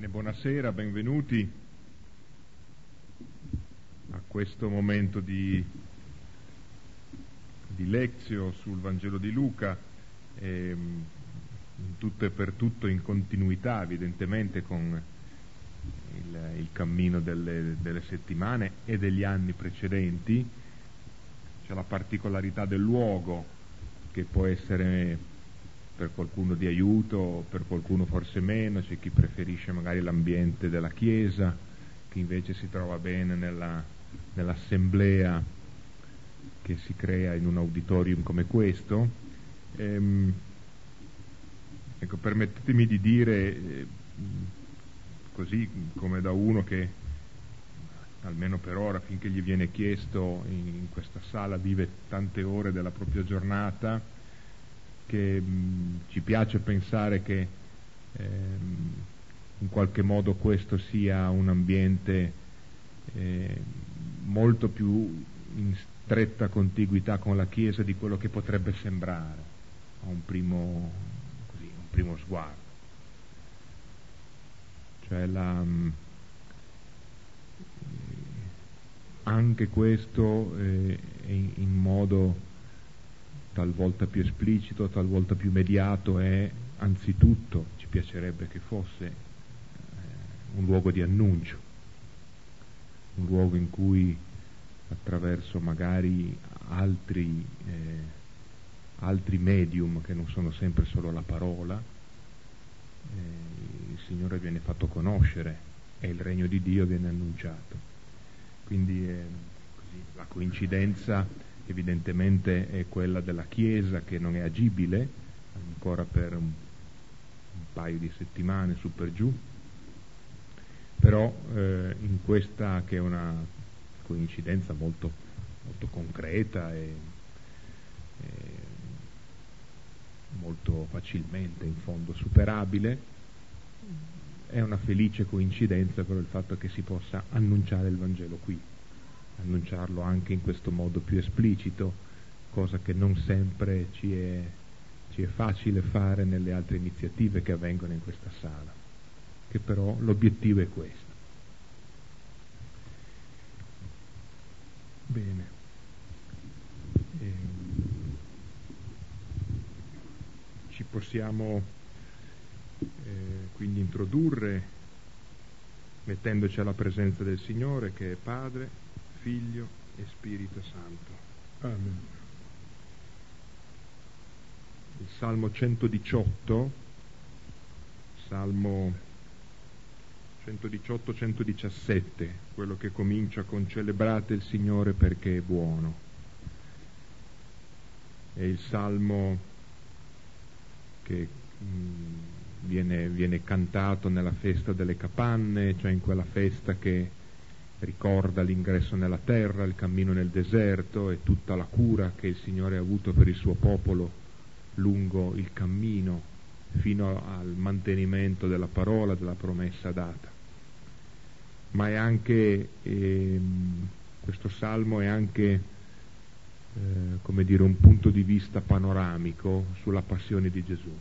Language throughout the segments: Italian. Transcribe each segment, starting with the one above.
Buonasera, benvenuti a questo momento di lezio sul Vangelo di Luca, in tutto e per tutto in continuità evidentemente con il cammino delle settimane e degli anni precedenti. C'è la particolarità del luogo che può essere per qualcuno di aiuto, per qualcuno forse meno. C'è chi preferisce magari l'ambiente della chiesa, chi invece si trova bene nell'assemblea che si crea in un auditorium come questo. Ecco, permettetemi di dire, così come da uno che almeno per ora, finché gli viene chiesto, in questa sala vive tante ore della propria giornata, che ci piace pensare che in qualche modo questo sia un ambiente molto più in stretta contiguità con la Chiesa di quello che potrebbe sembrare a un primo sguardo. Cioè anche questo in modo talvolta più esplicito, talvolta più mediato, è anzitutto, ci piacerebbe che fosse un luogo di annuncio, un luogo in cui attraverso magari altri medium che non sono sempre solo la parola, il Signore viene fatto conoscere e il regno di Dio viene annunciato. Quindi così, la coincidenza evidentemente è quella della Chiesa, che non è agibile ancora per un paio di settimane su per giù, però in questa, che è una coincidenza molto, molto concreta e molto facilmente in fondo superabile, è una felice coincidenza però il fatto che si possa annunciare il Vangelo qui, annunciarlo anche in questo modo più esplicito, cosa che non sempre ci è facile fare nelle altre iniziative che avvengono in questa sala, che però l'obiettivo è questo. Bene. Ci possiamo quindi introdurre mettendoci alla presenza del Signore, che è Padre, Figlio e Spirito Santo. Amen. Il Salmo 118, Salmo 118-117, quello che comincia con celebrate il Signore perché è buono. È il Salmo che viene cantato nella festa delle capanne, cioè in quella festa che ricorda l'ingresso nella terra, il cammino nel deserto e tutta la cura che il Signore ha avuto per il suo popolo lungo il cammino fino al mantenimento della parola, della promessa data. Ma è anche questo salmo è anche come dire un punto di vista panoramico sulla passione di Gesù.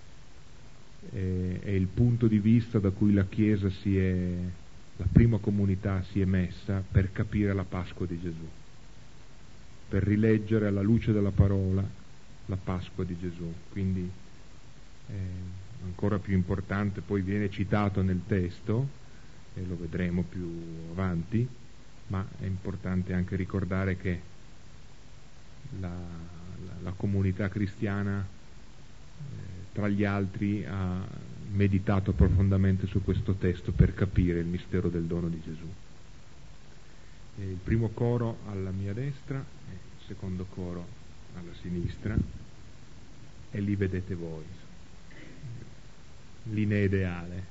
È il punto di vista da cui la Chiesa la prima comunità si è messa per capire la Pasqua di Gesù, per rileggere alla luce della parola la Pasqua di Gesù. Quindi ancora più importante, poi viene citato nel testo e lo vedremo più avanti, ma è importante anche ricordare che la comunità cristiana tra gli altri ha meditato profondamente su questo testo per capire il mistero del dono di Gesù. Il primo coro alla mia destra e il secondo coro alla sinistra, e lì vedete voi, linea ideale.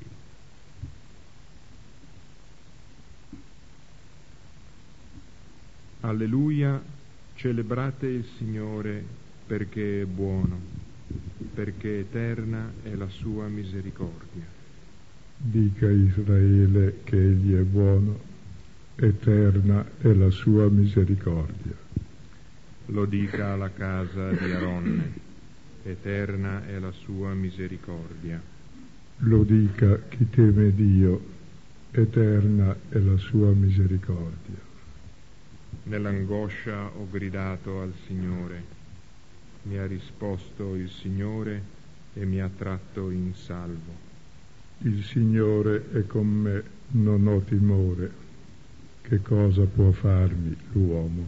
Alleluia, celebrate il Signore perché è buono, perché eterna è la sua misericordia. Dica Israele che egli è buono, eterna è la sua misericordia. Lo dica alla casa di Aronne, eterna è la sua misericordia. Lo dica chi teme Dio, eterna è la sua misericordia. Nell'angoscia ho gridato al Signore, mi ha risposto il Signore e mi ha tratto in salvo. Il Signore è con me, non ho timore. Che cosa può farmi l'uomo?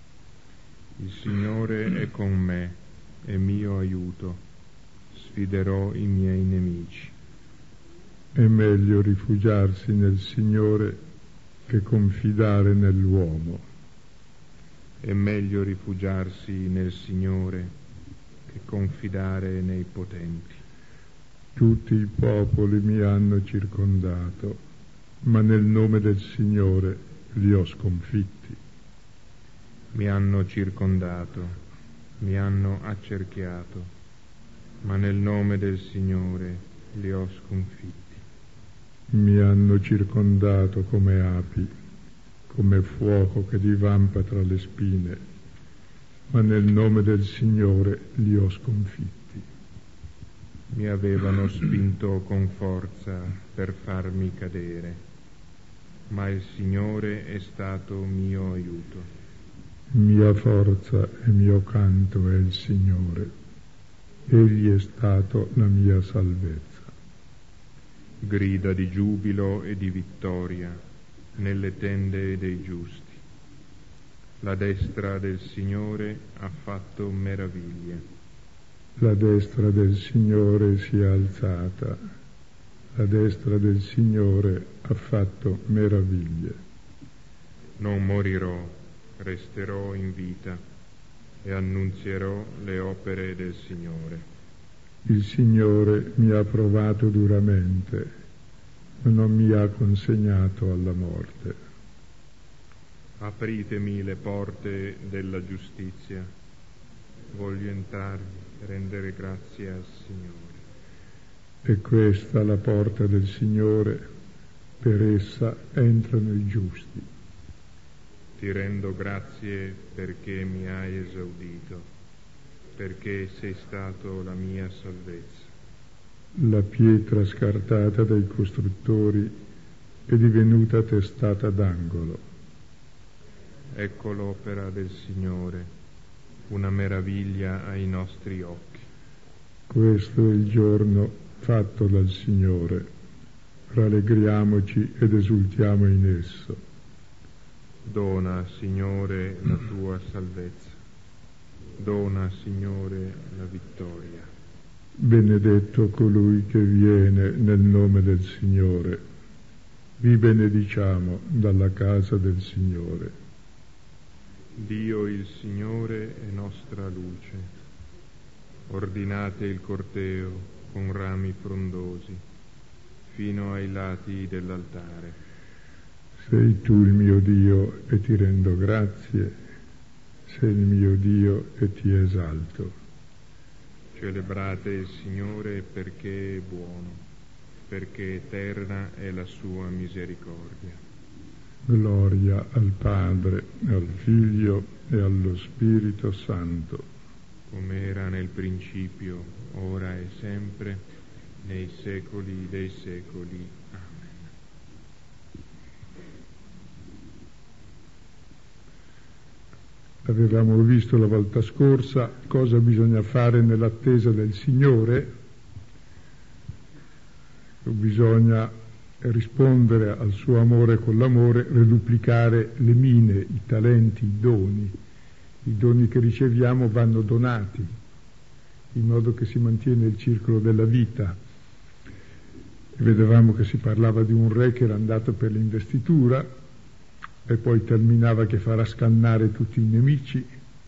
Il Signore è con me, è mio aiuto, sfiderò i miei nemici. È meglio rifugiarsi nel Signore che confidare nell'uomo. È meglio rifugiarsi nel Signore che confidare nei potenti. Tutti i popoli mi hanno circondato, ma nel nome del Signore li ho sconfitti. Mi hanno circondato, mi hanno accerchiato, ma nel nome del Signore li ho sconfitti. Mi hanno circondato come api, come fuoco che divampa tra le spine, ma nel nome del Signore li ho sconfitti. Mi avevano spinto con forza per farmi cadere, ma il Signore è stato mio aiuto. Mia forza e mio canto è il Signore, Egli è stato la mia salvezza. Grida di giubilo e di vittoria nelle tende dei giusti. La destra del Signore ha fatto meraviglie. La destra del Signore si è alzata, la destra del Signore ha fatto meraviglie. Non morirò, resterò in vita e annunzierò le opere del Signore. Il Signore mi ha provato duramente, ma non mi ha consegnato alla morte. Apritemi le porte della giustizia, voglio entrarvi e rendere grazie al Signore. E questa la porta del Signore, per essa entrano i giusti. Ti rendo grazie perché mi hai esaudito, perché sei stato la mia salvezza. La pietra scartata dai costruttori è divenuta testata d'angolo. Ecco l'opera del Signore, una meraviglia ai nostri occhi. Questo è il giorno fatto dal Signore. Rallegriamoci ed esultiamo in esso. Dona, Signore, la tua salvezza. Dona, Signore, la vittoria. Benedetto colui che viene nel nome del Signore. Vi benediciamo dalla casa del Signore. Dio il Signore è nostra luce. Ordinate il corteo con rami frondosi fino ai lati dell'altare. Sei tu il mio Dio e ti rendo grazie, sei il mio Dio e ti esalto. Celebrate il Signore perché è buono, perché eterna è la sua misericordia. Gloria al Padre, al Figlio e allo Spirito Santo. Come era nel principio, ora e sempre, nei secoli dei secoli. Avevamo visto la volta scorsa cosa bisogna fare nell'attesa del Signore. Bisogna rispondere al suo amore con l'amore, reduplicare le mine, i talenti, i doni che riceviamo vanno donati, in modo che si mantiene il circolo della vita. E vedevamo che si parlava di un re che era andato per l'investitura e poi terminava che farà scannare tutti i nemici,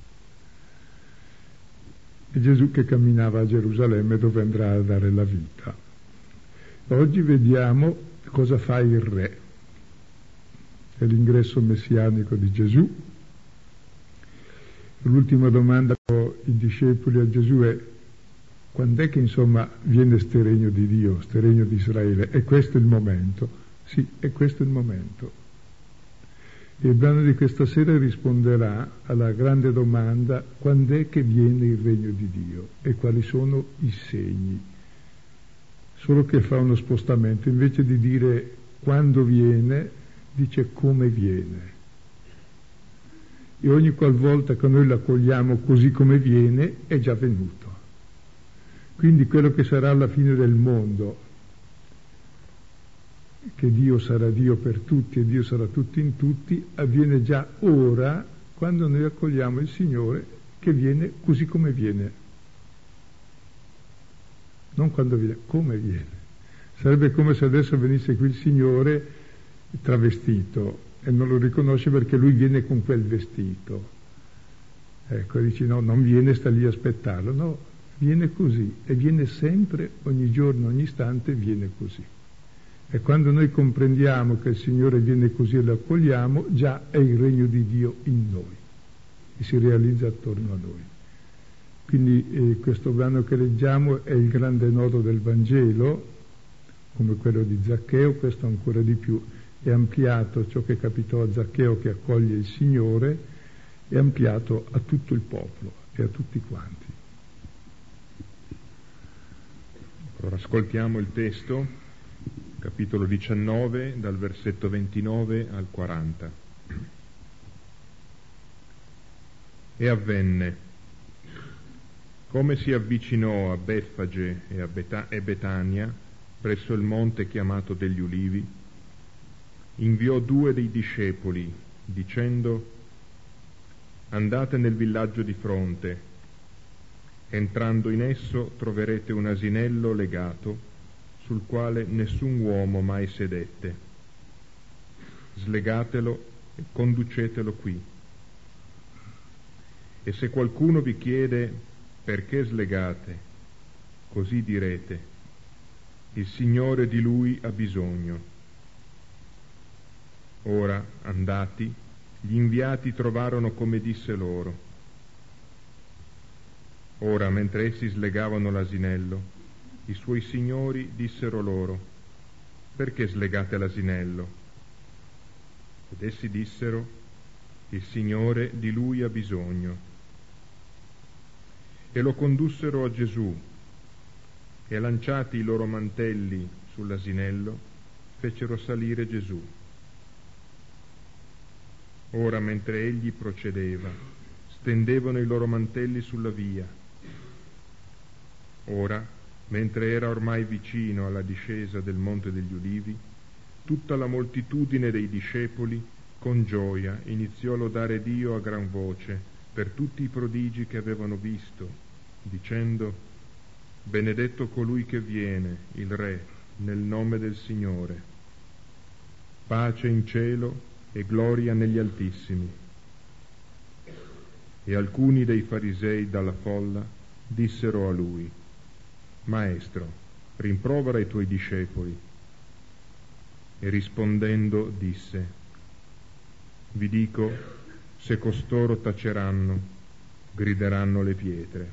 e Gesù che camminava a Gerusalemme dove andrà a dare la vita. Oggi vediamo cosa fa il re. È l'ingresso messianico di Gesù. L'ultima domanda che i discepoli a Gesù è: quando è che viene sto regno di Dio, sto regno di Israele? E questo è il momento? Sì, è questo il momento. E il brano di questa sera risponderà alla grande domanda: quando è che viene il regno di Dio e quali sono i segni? solo che fa uno spostamento, invece di dire quando viene, dice come viene. E ogni qualvolta che noi l'accogliamo così come viene, è già venuto. Quindi quello che sarà alla fine del mondo, che Dio sarà Dio per tutti e Dio sarà tutti in tutti, avviene già ora, quando noi accogliamo il Signore che viene così come viene. Non quando viene, come viene. Sarebbe come se adesso venisse qui il Signore travestito e non lo riconosce perché lui viene con quel vestito. Ecco, dici no, non viene, sta lì a aspettarlo. No, viene così e viene sempre, ogni giorno, ogni istante viene così. E quando noi comprendiamo che il Signore viene così e lo accogliamo, già è il regno di Dio in noi e si realizza attorno a noi. Quindi questo brano che leggiamo è il grande nodo del Vangelo, come quello di Zaccheo, questo ancora di più. È ampliato ciò che capitò a Zaccheo che accoglie il Signore, è ampliato a tutto il popolo e a tutti quanti. Allora ascoltiamo il testo, capitolo 19, dal versetto 29 al 40. E avvenne, come si avvicinò a Betfage e Betania, presso il monte chiamato degli Ulivi, inviò 2 dei discepoli, dicendo: andate nel villaggio di fronte, entrando in esso troverete un asinello legato, sul quale nessun uomo mai sedette. Slegatelo e conducetelo qui. E se qualcuno vi chiede perché slegate, così direte: il Signore di lui ha bisogno. Ora, andati, gli inviati trovarono come disse loro. Ora, mentre essi slegavano l'asinello, i suoi signori dissero loro: perché slegate l'asinello? Ed essi dissero: il Signore di lui ha bisogno. E lo condussero a Gesù, e lanciati i loro mantelli sull'asinello, fecero salire Gesù. Ora, mentre egli procedeva, stendevano i loro mantelli sulla via. Ora, mentre era ormai vicino alla discesa del Monte degli Ulivi, tutta la moltitudine dei discepoli, con gioia, iniziò a lodare Dio a gran voce per tutti i prodigi che avevano visto, dicendo: benedetto colui che viene, il Re, nel nome del Signore. Pace in cielo e gloria negli altissimi. E alcuni dei farisei dalla folla dissero a lui: Maestro, rimprovera i tuoi discepoli. E rispondendo disse: vi dico, se costoro taceranno, grideranno le pietre.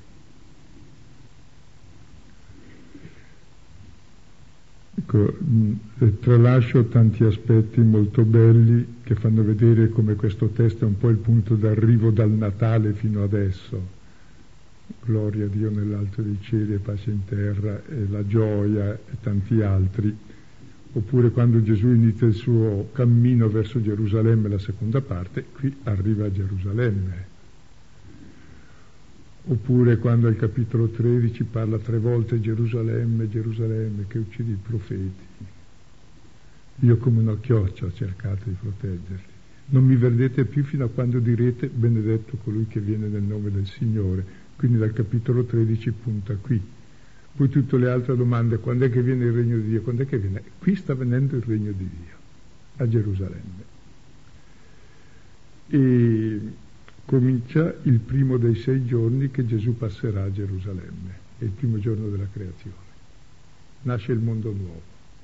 Ecco, tralascio tanti aspetti molto belli che fanno vedere come questo testo è un po' il punto d'arrivo dal Natale fino adesso. Gloria a Dio nell'alto dei cieli e pace in terra, e la gioia e tanti altri. Oppure quando Gesù inizia il suo cammino verso Gerusalemme, la seconda parte, qui arriva a Gerusalemme. Oppure quando al capitolo 13 parla 3 volte Gerusalemme, Gerusalemme, che uccidi i profeti. Io come una chioccia ho cercato di proteggerli. Non mi vedrete più fino a quando direte benedetto colui che viene nel nome del Signore. Quindi dal capitolo 13 punta qui. Poi tutte le altre domande: quando è che viene il regno di Dio? Quando è che viene? Qui sta venendo il regno di Dio, a Gerusalemme. E comincia il primo dei 6 giorni che Gesù passerà a Gerusalemme, è il primo giorno della creazione. Nasce il mondo nuovo.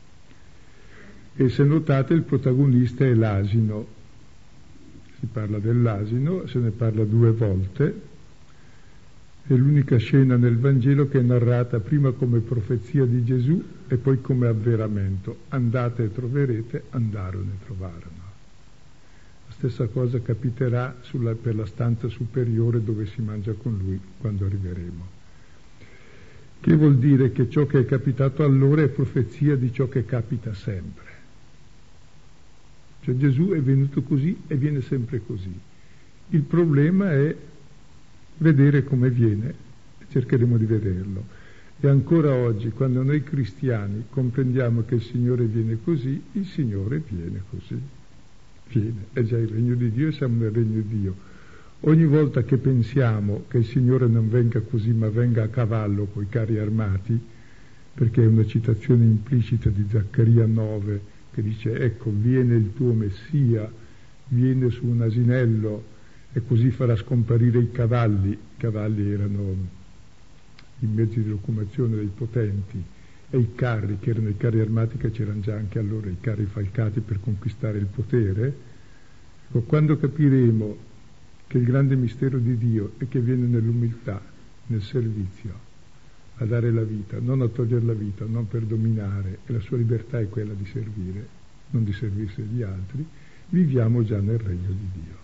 E se notate il protagonista è l'asino. Si parla dell'asino, se ne parla 2 volte. È l'unica scena nel Vangelo che è narrata prima come profezia di Gesù e poi come avveramento. Andate e troverete, andarono e trovarono. La stessa cosa capiterà per la stanza superiore dove si mangia con lui quando arriveremo. che vuol dire che ciò che è capitato allora è profezia di ciò che capita sempre. Cioè Gesù è venuto così e viene sempre così. Il problema è vedere come viene, e cercheremo di vederlo. E ancora oggi, quando noi cristiani comprendiamo che il Signore viene così, il Signore viene così. Viene, è già il regno di Dio e siamo nel regno di Dio. Ogni volta che pensiamo che il Signore non venga così, ma venga a cavallo coi carri armati, perché è una citazione implicita di Zaccaria 9, che dice: ecco, viene il tuo Messia, viene su un asinello e così farà scomparire i cavalli. I cavalli erano i mezzi di locomozione dei potenti, e i carri, che erano i carri armati che c'erano già anche allora, i carri falcati per conquistare il potere. Ecco, quando capiremo che il grande mistero di Dio è che viene nell'umiltà, nel servizio, a dare la vita, non a togliere la vita, non per dominare, e la sua libertà è quella di servire, non di servirsi agli altri, viviamo già nel regno di Dio.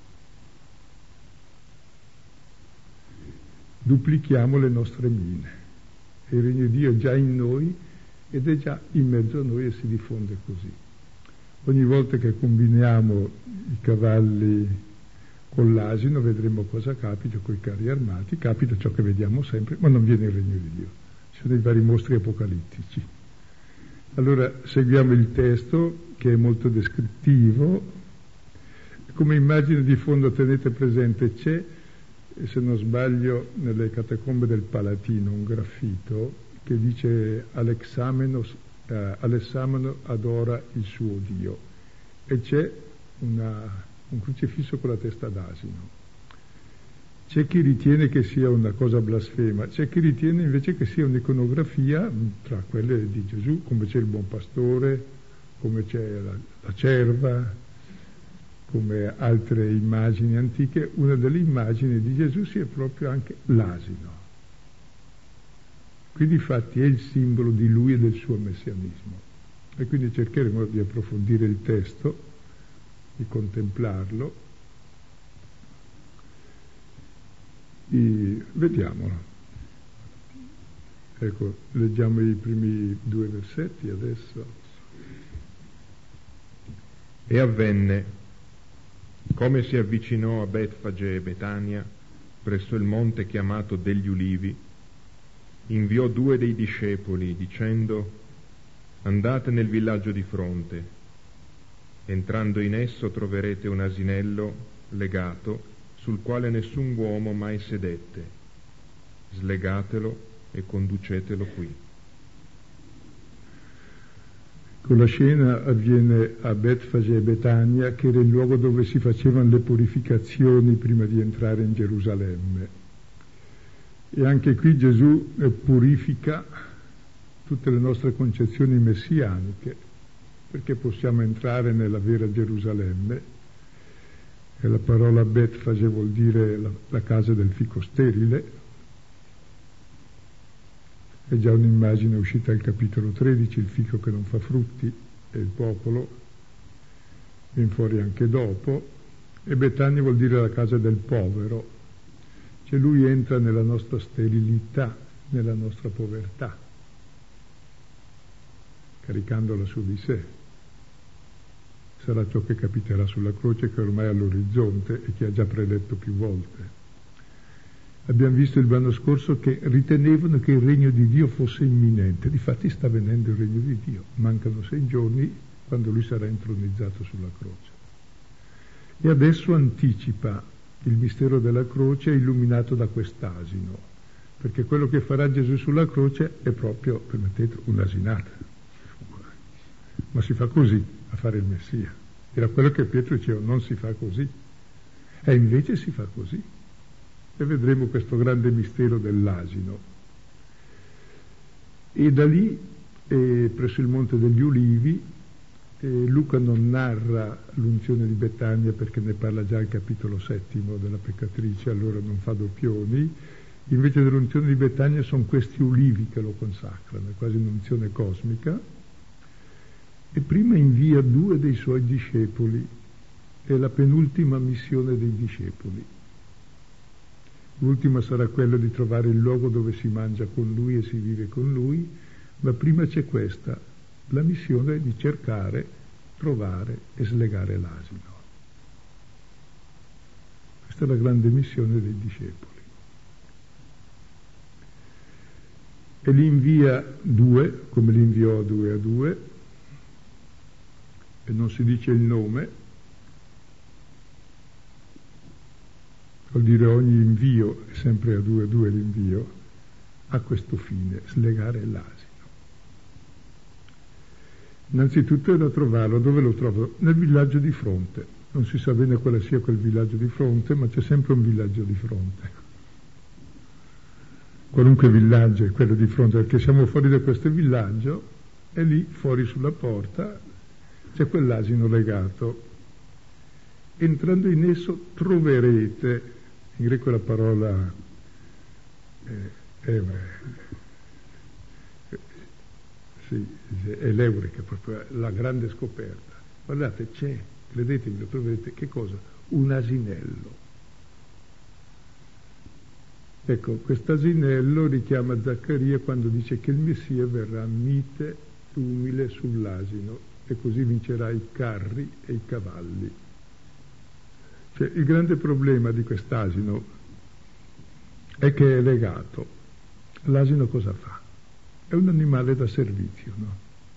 Duplichiamo le nostre mine, e il regno di Dio è già in noi ed è già in mezzo a noi e si diffonde così. Ogni volta che combiniamo i cavalli con l'asino vedremo cosa capita, con i carri armati, capita ciò che vediamo sempre, ma non viene il regno di Dio. Ci sono i vari mostri apocalittici. Allora seguiamo il testo, che è molto descrittivo. Come immagine di fondo tenete presente, c'è, se non sbaglio, nelle catacombe del Palatino un graffito che dice Alessandro adora il suo Dio, e c'è un crocifisso con la testa d'asino. C'è chi ritiene che sia una cosa blasfema, c'è chi ritiene invece che sia un'iconografia tra quelle di Gesù, come c'è il buon pastore, come c'è la cerva, come altre immagini antiche. Una delle immagini di Gesù sia proprio anche l'asino. Quindi infatti è il simbolo di lui e del suo messianismo. E quindi cercheremo di approfondire il testo, di contemplarlo, e vediamolo. Ecco, leggiamo i primi 2 versetti adesso. E avvenne, come si avvicinò a Betfage e Betania, presso il monte chiamato degli Ulivi, inviò 2 dei discepoli, dicendo: andate nel villaggio di fronte. Entrando in esso troverete un asinello legato, sul quale nessun uomo mai sedette. Slegatelo e conducetelo qui. La scena avviene a Betfage e Betania, che era il luogo dove si facevano le purificazioni prima di entrare in Gerusalemme. E anche qui Gesù purifica tutte le nostre concezioni messianiche, perché possiamo entrare nella vera Gerusalemme. E la parola Betfage vuol dire la casa del fico sterile. È già un'immagine uscita al capitolo 13, il fico che non fa frutti, è il popolo, viene fuori anche dopo. E Betania vuol dire la casa del povero, cioè lui entra nella nostra sterilità, nella nostra povertà, caricandola su di sé. Sarà ciò che capiterà sulla croce, che ormai è all'orizzonte e che ha già predetto più volte. Abbiamo visto il brano scorso che ritenevano che il regno di Dio fosse imminente. Difatti sta venendo il regno di Dio. Mancano 6 giorni quando lui sarà intronizzato sulla croce. E adesso anticipa il mistero della croce illuminato da quest'asino, perché quello che farà Gesù sulla croce è proprio, permettete, un'asinata. Ma si fa così a fare il Messia. Era quello che Pietro diceva: non si fa così. E invece si fa così. E vedremo questo grande mistero dell'asino. E da lì, presso il Monte degli Ulivi, Luca non narra l'unzione di Betania perché ne parla già al capitolo 7 della peccatrice, allora non fa doppioni. Invece dell'unzione di Betania sono questi ulivi che lo consacrano, è quasi un'unzione cosmica. E prima invia 2 dei suoi discepoli, è la penultima missione dei discepoli. l'ultima sarà quella di trovare il luogo dove si mangia con lui e si vive con lui, ma prima c'è questa, la missione di cercare, trovare e slegare l'asino. Questa è la grande missione dei discepoli. E li invia 2, come li inviò 2 a 2, e non si dice il nome, vuol dire ogni invio è sempre a 2 l'invio, ha questo fine, slegare l'asino. Innanzitutto è da trovarlo, dove lo trovo? Nel villaggio di fronte, non si sa bene quale sia quel villaggio di fronte, ma c'è sempre un villaggio di fronte. Qualunque villaggio è quello di fronte, perché siamo fuori da questo villaggio e lì fuori sulla porta c'è quell'asino legato. Entrando in esso troverete, in greco la parola è l'eurica, proprio la grande scoperta. Guardate, c'è, credetemi, lo troverete, che cosa? Un asinello. Ecco, quest'asinello richiama Zaccaria quando dice che il Messia verrà mite, umile sull'asino e così vincerà i carri e i cavalli. Cioè, il grande problema di quest'asino è che è legato. L'asino cosa fa? È un animale da servizio, no?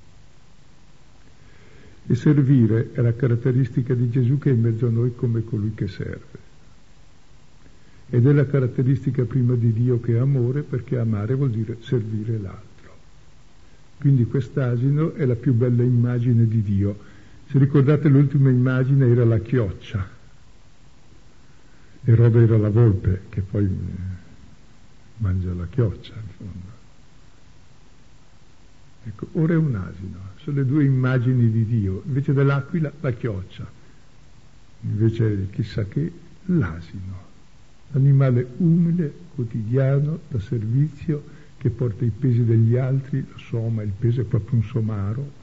E servire è la caratteristica di Gesù che è in mezzo a noi come colui che serve. Ed è la caratteristica prima di Dio che è amore, perché amare vuol dire servire l'altro. Quindi quest'asino è la più bella immagine di Dio. Se ricordate, l'ultima immagine era la chioccia. Erode era la volpe, che poi mangia la chioccia, in fondo. Ecco, ora è un asino, sono le 2 immagini di Dio. Invece dell'aquila, la chioccia. Invece di chissà che, l'asino. Animale umile, quotidiano, da servizio, che porta i pesi degli altri, lo soma, il peso è proprio un somaro.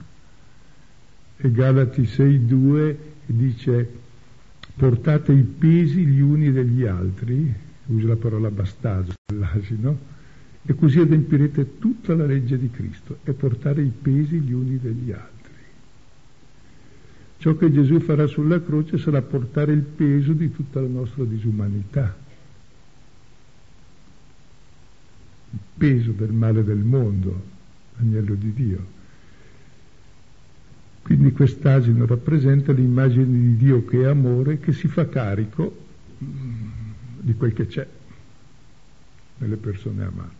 E Galati 6,2 dice: portate i pesi gli uni degli altri, usa la parola bastaggio dell'asino, e così adempirete tutta la legge di Cristo, e portare i pesi gli uni degli altri. Ciò che Gesù farà sulla croce sarà portare il peso di tutta la nostra disumanità, il peso del male del mondo, agnello di Dio. Quindi quest'asino rappresenta l'immagine di Dio che è amore, che si fa carico di quel che c'è nelle persone amate.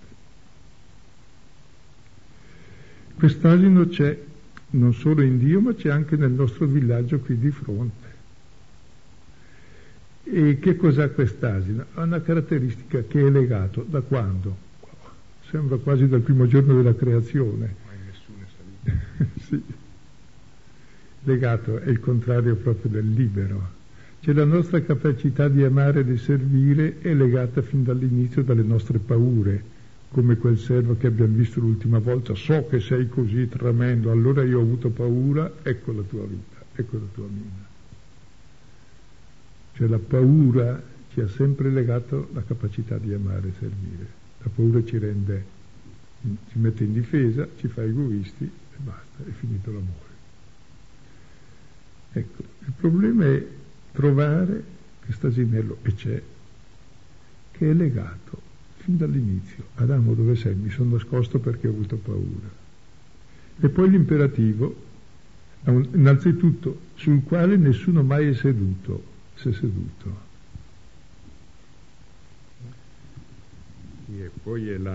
Quest'asino c'è non solo in Dio, ma c'è anche nel nostro villaggio qui di fronte. E che cos'ha quest'asino? Ha una caratteristica che è legato da quando? Sembra quasi dal primo giorno della creazione. Mai nessuno è salito. Sì. Legato è il contrario proprio del libero. Cioè la nostra capacità di amare e di servire è legata fin dall'inizio dalle nostre paure, come quel servo che abbiamo visto l'ultima volta. So che sei così tremendo, allora io ho avuto paura, ecco la tua vita, ecco la tua mina. Cioè la paura ci ha sempre legato la capacità di amare e servire. La paura ci mette in difesa, ci fa egoisti e basta, è finito l'amore. Ecco, il problema è trovare questo asinello, e c'è, che è legato fin dall'inizio. Adamo, dove sei? Mi sono nascosto perché ho avuto paura. E poi l'imperativo, innanzitutto, sul quale nessuno mai si è seduto. E poi è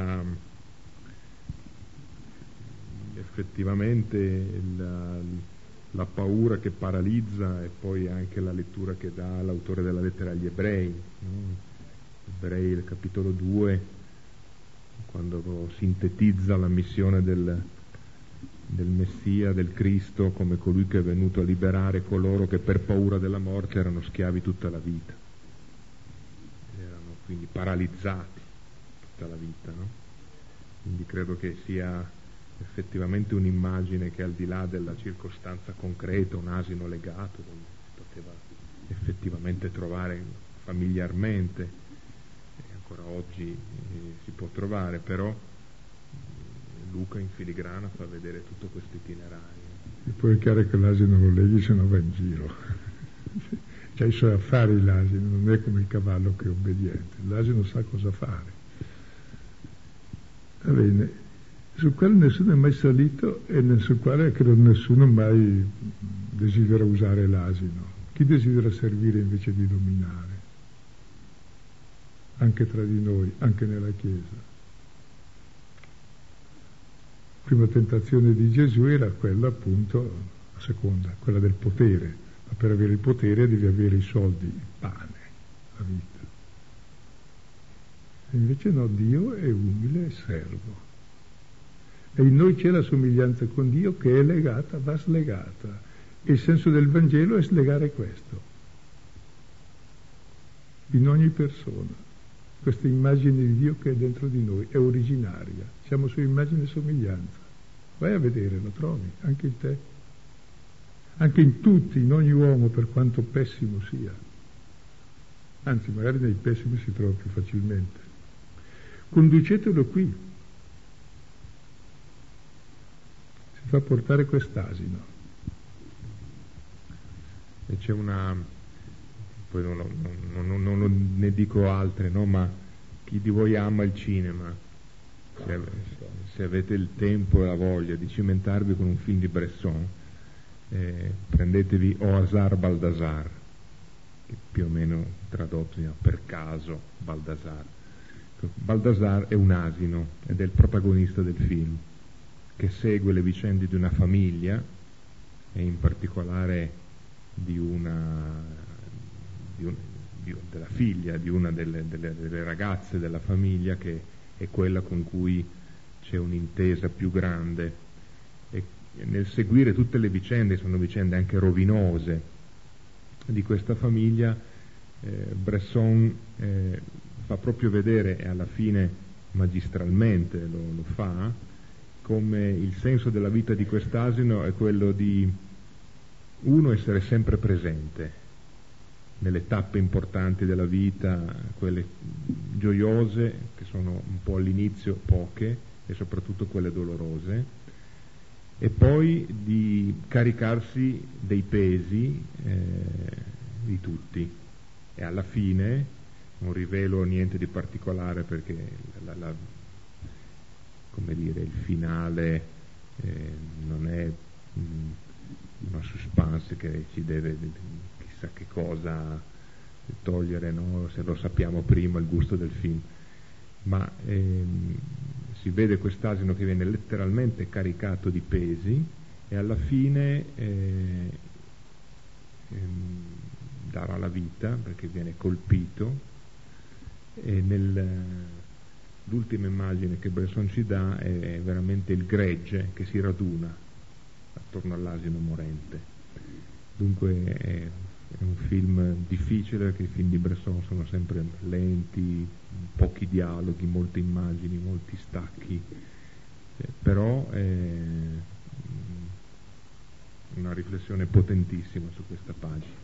effettivamente la paura che paralizza, e poi anche la lettura che dà l'autore della lettera agli Ebrei, no? Ebrei, il capitolo 2, quando sintetizza la missione del Messia, del Cristo, come colui che è venuto a liberare coloro che per paura della morte erano schiavi tutta la vita, erano quindi paralizzati tutta la vita, no? Quindi credo che sia effettivamente un'immagine che, al di là della circostanza concreta, un asino legato, si poteva effettivamente trovare familiarmente, ancora oggi si può trovare, però Luca in filigrana fa vedere tutto questo itinerario. E poi è chiaro che l'asino lo leghi, se no va in giro. C'ha i suoi affari l'asino, non è come il cavallo che è obbediente. L'asino sa cosa fare. Va bene, sul quale nessuno è mai salito e sul quale credo nessuno mai desidera usare l'asino. Chi desidera servire invece di dominare? Anche tra di noi, anche nella Chiesa. La prima tentazione di Gesù era quella, appunto, la seconda, quella del potere. Ma per avere il potere devi avere i soldi, il pane, la vita. E invece no, Dio è umile e servo. E in noi c'è la somiglianza con Dio che è legata, va slegata. E il senso del Vangelo è slegare questo. In ogni persona. Questa immagine di Dio che è dentro di noi, è originaria. Siamo su immagine e somiglianza. Vai a vedere, lo trovi, anche in te. Anche in tutti, in ogni uomo, per quanto pessimo sia. Anzi, magari nei pessimi si trova più facilmente. Conducetelo qui. Si fa portare quest'asino. E c'è una... poi non ne dico altre, no? Ma chi di voi ama il cinema, se avete il tempo e la voglia di cimentarvi con un film di Bresson, prendetevi O Hasard Baldassar, che più o meno tradotto per caso Baldassar. Baldassar è un asino ed è il protagonista del film, che segue le vicende di una famiglia e in particolare della figlia di una delle ragazze della famiglia, che è quella con cui c'è un'intesa più grande, e nel seguire tutte le vicende, sono vicende anche rovinose di questa famiglia, Bresson fa proprio vedere, e alla fine magistralmente lo fa, come il senso della vita di quest'asino è quello di essere sempre presente nelle tappe importanti della vita, quelle gioiose, che sono un po' all'inizio poche, e soprattutto quelle dolorose, e poi di caricarsi dei pesi di tutti. E alla fine, non rivelo niente di particolare perché come dire, il finale non è una suspense che ci deve chissà che cosa togliere, no? Se lo sappiamo prima il gusto del film, ma si vede quest'asino che viene letteralmente caricato di pesi e alla fine darà la vita perché viene colpito, e l'ultima immagine che Bresson ci dà è veramente il gregge che si raduna attorno all'asino morente. Dunque è un film difficile, perché i film di Bresson sono sempre lenti, pochi dialoghi, molte immagini, molti stacchi, però è una riflessione potentissima su questa pagina.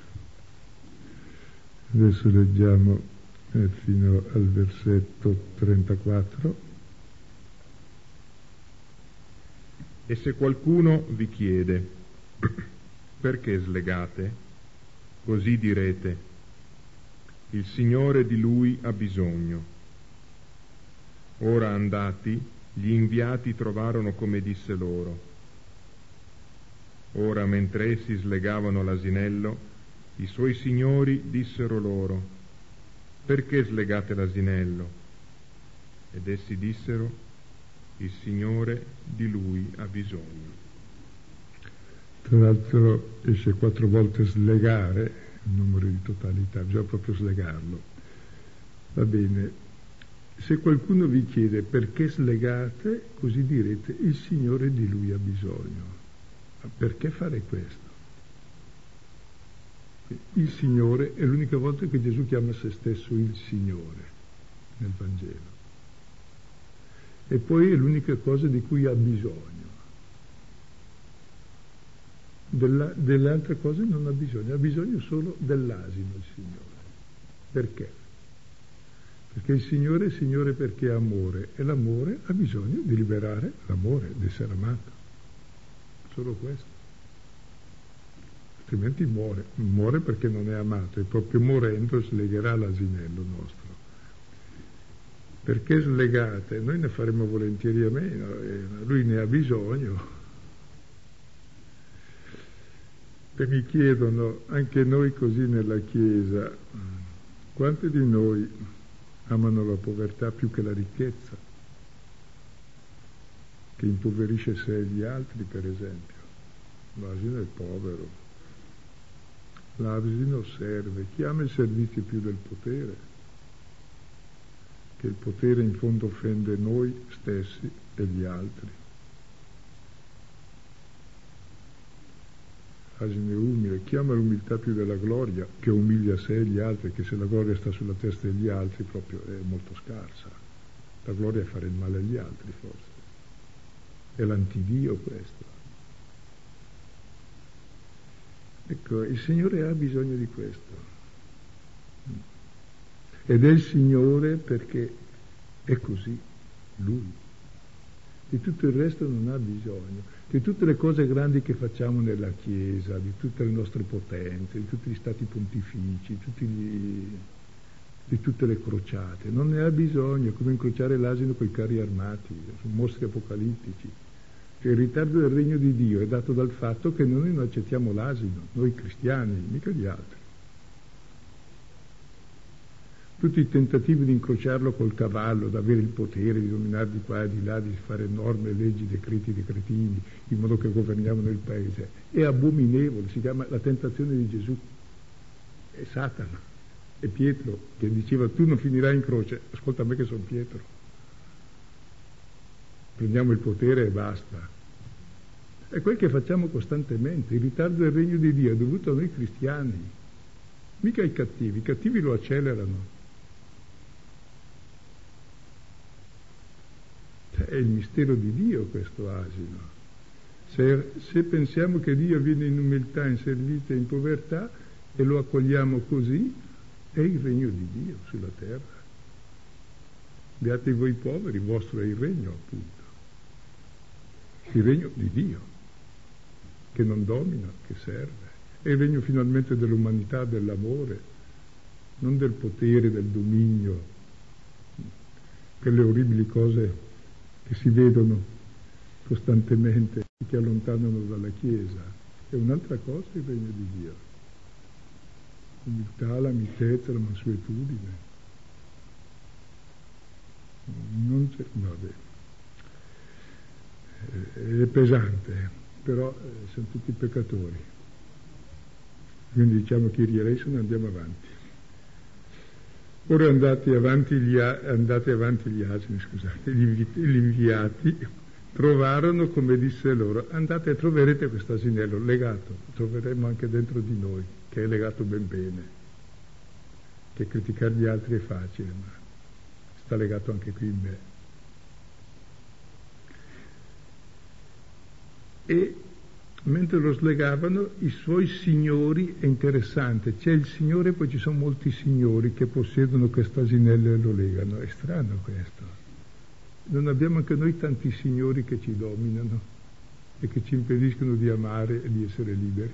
Adesso leggiamo fino al versetto 34. E se qualcuno vi chiede perché slegate, così direte: il Signore di lui ha bisogno. Ora andati, gli inviati trovarono come disse loro. Ora, mentre essi slegavano l'asinello, i suoi signori dissero loro: perché slegate l'asinello? Ed essi dissero: il Signore di lui ha bisogno. Tra l'altro esce 4 volte slegare, il numero di totalità, bisogna proprio slegarlo. Va bene, se qualcuno vi chiede perché slegate, così direte: il Signore di lui ha bisogno. Ma perché fare questo? Il Signore è l'unica volta che Gesù chiama se stesso il Signore nel Vangelo. E poi è l'unica cosa di cui ha bisogno. Delle altre cose non ha bisogno solo dell'asino il Signore. Perché? Perché il Signore è Signore perché è amore, e l'amore ha bisogno di liberare l'amore, di essere amato. Solo questo. Altrimenti muore perché non è amato, e proprio morendo slegherà l'asinello nostro. Perché slegate? Noi ne faremo volentieri a meno, lui ne ha bisogno. E mi chiedono, anche noi così nella Chiesa, quanti di noi amano la povertà più che la ricchezza, che impoverisce sé e gli altri, per esempio? L'asino è povero, l'asino serve. Chi ama il servizio più del potere? Che il potere in fondo offende noi stessi e gli altri. Asino è umile. Chi ama l'umiltà più della gloria, che umilia sé e gli altri, che se la gloria sta sulla testa degli altri proprio è molto scarsa. La gloria è fare il male agli altri, forse. È l'antidio questo. Ecco, il Signore ha bisogno di questo. Ed è il Signore perché è così, Lui. Di tutto il resto non ha bisogno. Di tutte le cose grandi che facciamo nella Chiesa, di tutte le nostre potenze, di tutti gli stati pontifici, di tutte le crociate. Non ne ha bisogno, è come incrociare l'asino coi carri armati, sono mostri apocalittici. Cioè, il ritardo del regno di Dio è dato dal fatto che noi non accettiamo l'asino, noi cristiani, mica gli altri. Tutti i tentativi di incrociarlo col cavallo, di avere il potere di dominare di qua e di là, di fare norme, leggi, decretini, in modo che governiamo nel paese, è abominevole, si chiama la tentazione di Gesù, è Satana, è Pietro che diceva tu non finirai in croce, ascolta me che sono Pietro, prendiamo il potere e basta. È quel che facciamo costantemente, il ritardo del regno di Dio è dovuto a noi cristiani, mica ai cattivi, i cattivi lo accelerano. È il mistero di Dio questo asino. Se pensiamo che Dio viene in umiltà, in servizio e in povertà e lo accogliamo così, è il regno di Dio sulla terra. Beati voi poveri, vostro è il regno, appunto. Il regno di Dio, che non domina, che serve. È il regno finalmente dell'umanità, dell'amore, non del potere, del dominio, quelle orribili cose che si vedono costantemente, che allontanano dalla Chiesa. È un'altra cosa il regno di Dio. L'umiltà, la mitezza, la mansuetudine. Non c'è, vabbè. È pesante, però sono tutti peccatori. Quindi diciamo Kyrie eleison e andiamo avanti. Ora andate avanti gli asini, scusate, gli inviati trovarono, come disse loro, andate e troverete questo asinello legato, troveremo anche dentro di noi, che è legato ben bene, che criticare gli altri è facile, ma sta legato anche qui in me. E mentre lo slegavano, i suoi signori, è interessante, c'è il Signore e poi ci sono molti signori che possiedono questo asinello e lo legano, è strano questo. Non abbiamo anche noi tanti signori che ci dominano e che ci impediscono di amare e di essere liberi?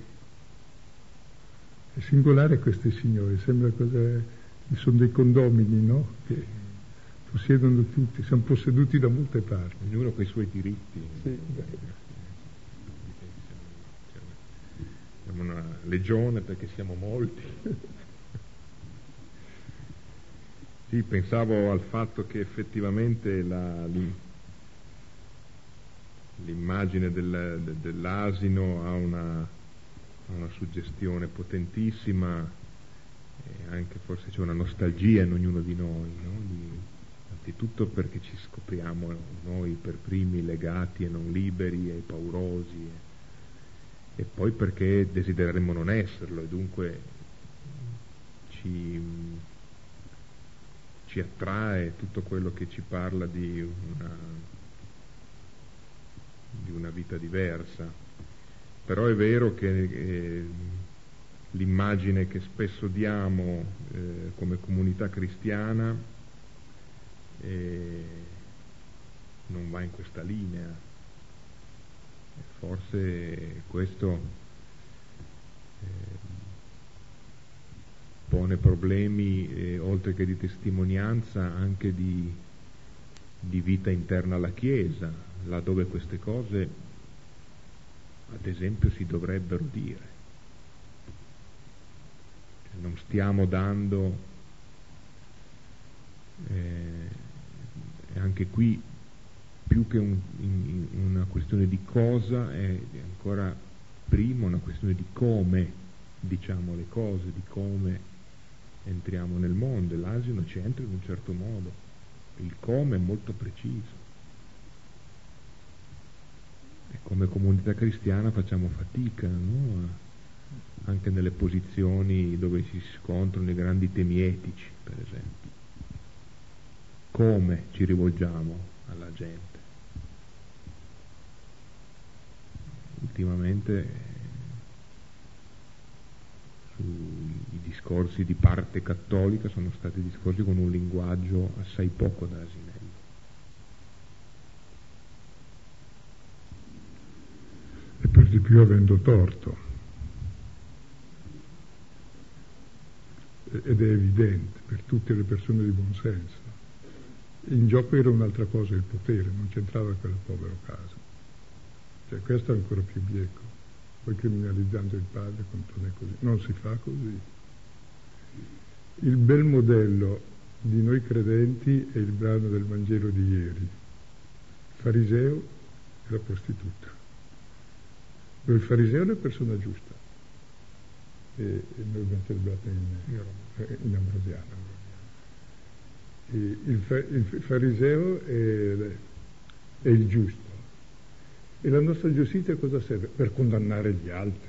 È singolare questi signori, sembra sono dei condomini, no? Che possiedono tutti, sono posseduti da molte parti. Ognuno con i suoi diritti. Sì. Siamo una legione perché siamo molti. Sì, pensavo al fatto che effettivamente l'immagine dell'asino ha una suggestione potentissima e anche forse c'è una nostalgia in ognuno di noi, no? Anzitutto perché ci scopriamo noi per primi legati e non liberi e paurosi e poi perché desidereremmo non esserlo e dunque ci attrae tutto quello che ci parla di una vita diversa. Però è vero che l'immagine che spesso diamo come comunità cristiana non va in questa linea. Forse questo pone problemi, oltre che di testimonianza, anche di vita interna alla Chiesa, laddove queste cose, ad esempio, si dovrebbero dire. Cioè, non stiamo dando, anche qui, più che una questione di cosa, è ancora prima una questione di come diciamo le cose, di come entriamo nel mondo. L'asino ci entra in un certo modo, il come è molto preciso, e come comunità cristiana facciamo fatica, no? Anche nelle posizioni dove si scontrano i grandi temi etici, per esempio, come ci rivolgiamo alla gente. Ultimamente sui discorsi di parte cattolica sono stati discorsi con un linguaggio assai poco da asinello. E per di più avendo torto. Ed è evidente per tutte le persone di buon senso. In gioco era un'altra cosa, il potere, non c'entrava quel povero caso. Cioè, questo è ancora più bieco. Poi criminalizzando il padre quando non è così. Non si fa così. Il bel modello di noi credenti è il brano del Vangelo di ieri. Il fariseo e la prostituta. Dove il fariseo è una persona giusta. E noi abbiamo celebrato in ambrosiano. Il fariseo è il giusto. E la nostra giustizia cosa serve? Per condannare gli altri.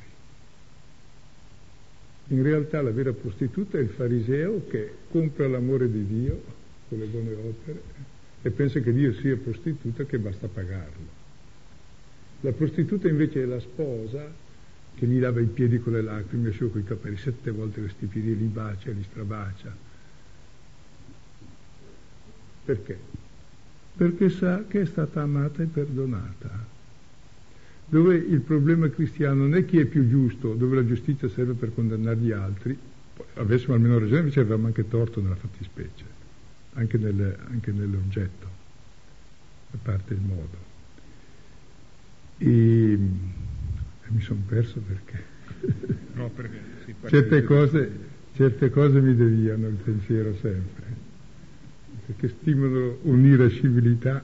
In realtà la vera prostituta è il fariseo che compra l'amore di Dio con le buone opere e pensa che Dio sia prostituta, che basta pagarlo. La prostituta invece è la sposa che gli lava i piedi con le lacrime, asciuga coi capelli 7 volte, vesti i piedi, li bacia, li strabacia. Perché? Perché sa che è stata amata e perdonata. Dove il problema cristiano non è chi è più giusto, dove la giustizia serve per condannare gli altri, poi avessimo almeno ragione, invece avevamo anche torto nella fattispecie, anche nell'oggetto, a parte il modo. E mi sono perso perché, no, perché certe cose mi deviano il pensiero sempre, perché stimolano un'irascibilità.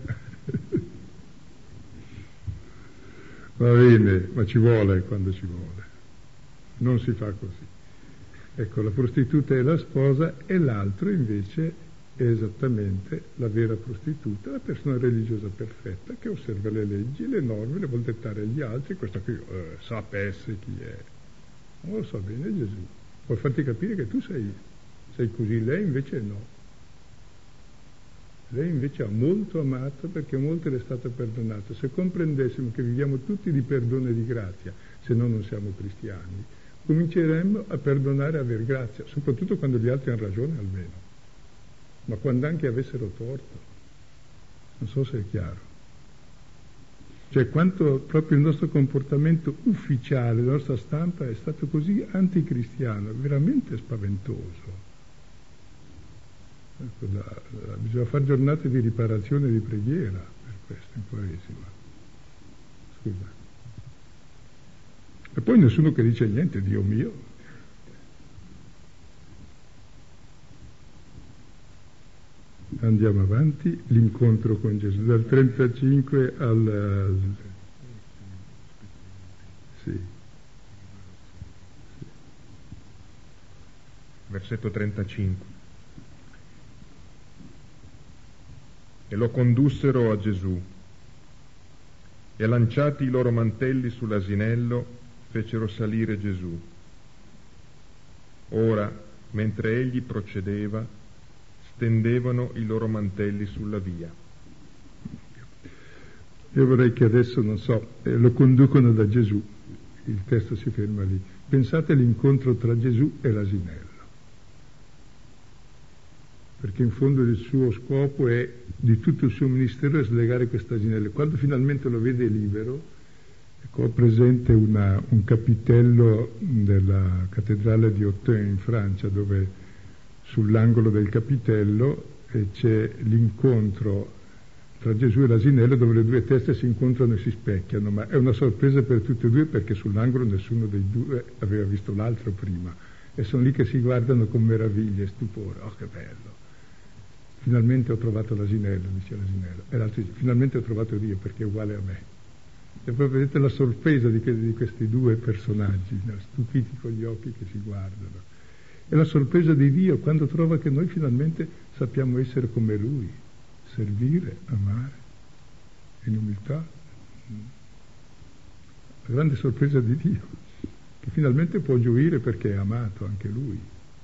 Va bene, ma ci vuole quando ci vuole, non si fa così. Ecco, la prostituta è la sposa e l'altro invece è esattamente la vera prostituta, la persona religiosa perfetta che osserva le leggi, le norme, le vuol dettare agli altri. Questa qui sapesse chi è, non lo sa bene Gesù, vuol farti capire che tu sei così, lei invece no. Lei invece ha molto amato perché molto le è stato perdonato. Se comprendessimo che viviamo tutti di perdono e di grazia, se no non siamo cristiani, cominceremmo a perdonare e aver grazia, soprattutto quando gli altri hanno ragione almeno, ma quando anche avessero torto. Non so se è chiaro. Cioè quanto proprio il nostro comportamento ufficiale, la nostra stampa è stato così anticristiano, veramente spaventoso. Ecco, bisogna fare giornate di riparazione e di preghiera per questo in Quaresima. Scusa. E poi nessuno che dice niente, Dio mio. Andiamo avanti, l'incontro con Gesù, dal 35 al... Sì. Versetto 35. E lo condussero a Gesù, e lanciati i loro mantelli sull'asinello, fecero salire Gesù. Ora, mentre egli procedeva, stendevano i loro mantelli sulla via. Io vorrei che adesso, non so, lo conducono da Gesù, il testo si ferma lì. Pensate all'incontro tra Gesù e l'asinello. perché in fondo il suo scopo è, di tutto il suo ministero, è slegare quest'asinello. Quando finalmente lo vede libero, ecco, ho presente un capitello della cattedrale di Autun in Francia, dove sull'angolo del capitello c'è l'incontro tra Gesù e l'asinello, dove le due teste si incontrano e si specchiano, ma è una sorpresa per tutti e due, perché sull'angolo nessuno dei due aveva visto l'altro prima, e sono lì che si guardano con meraviglia e stupore. Oh, che bello! Finalmente ho trovato l'asinello, dice l'asinello, e l'altro dice: finalmente ho trovato Dio, perché è uguale a me. E poi vedete la sorpresa di questi due personaggi, no? Stupiti con gli occhi che si guardano. E la sorpresa di Dio quando trova che noi finalmente sappiamo essere come Lui, servire, amare, in umiltà. La grande sorpresa di Dio, che finalmente può gioire perché è amato anche Lui.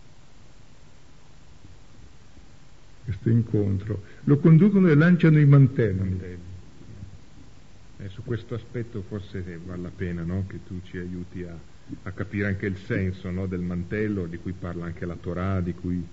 Questo incontro. Lo conducono e lanciano i mantelli. Su questo aspetto forse vale la pena, no? Che tu ci aiuti a capire anche il senso, no? Del mantello, di cui parla anche la Torah, di cui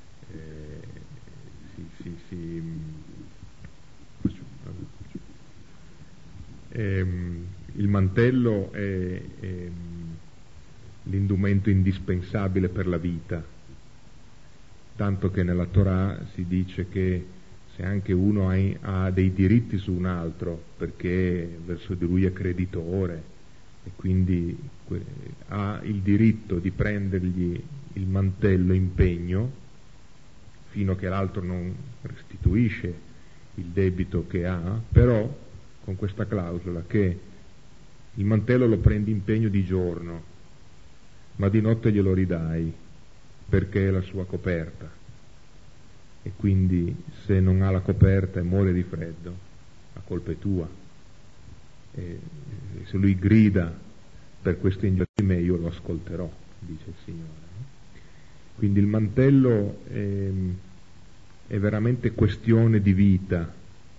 il mantello è l'indumento indispensabile per la vita, tanto che nella Torah si dice che se anche uno ha dei diritti su un altro, perché verso di lui è creditore e quindi ha il diritto di prendergli il mantello impegno fino a che l'altro non restituisce il debito che ha, però con questa clausola che il mantello lo prendi impegno di giorno, ma di notte glielo ridai, perché è la sua coperta. E quindi se non ha la coperta e muore di freddo, la colpa è tua. E se lui grida per questo ingiustizia di me, io lo ascolterò, dice il Signore. Quindi il mantello è veramente questione di vita.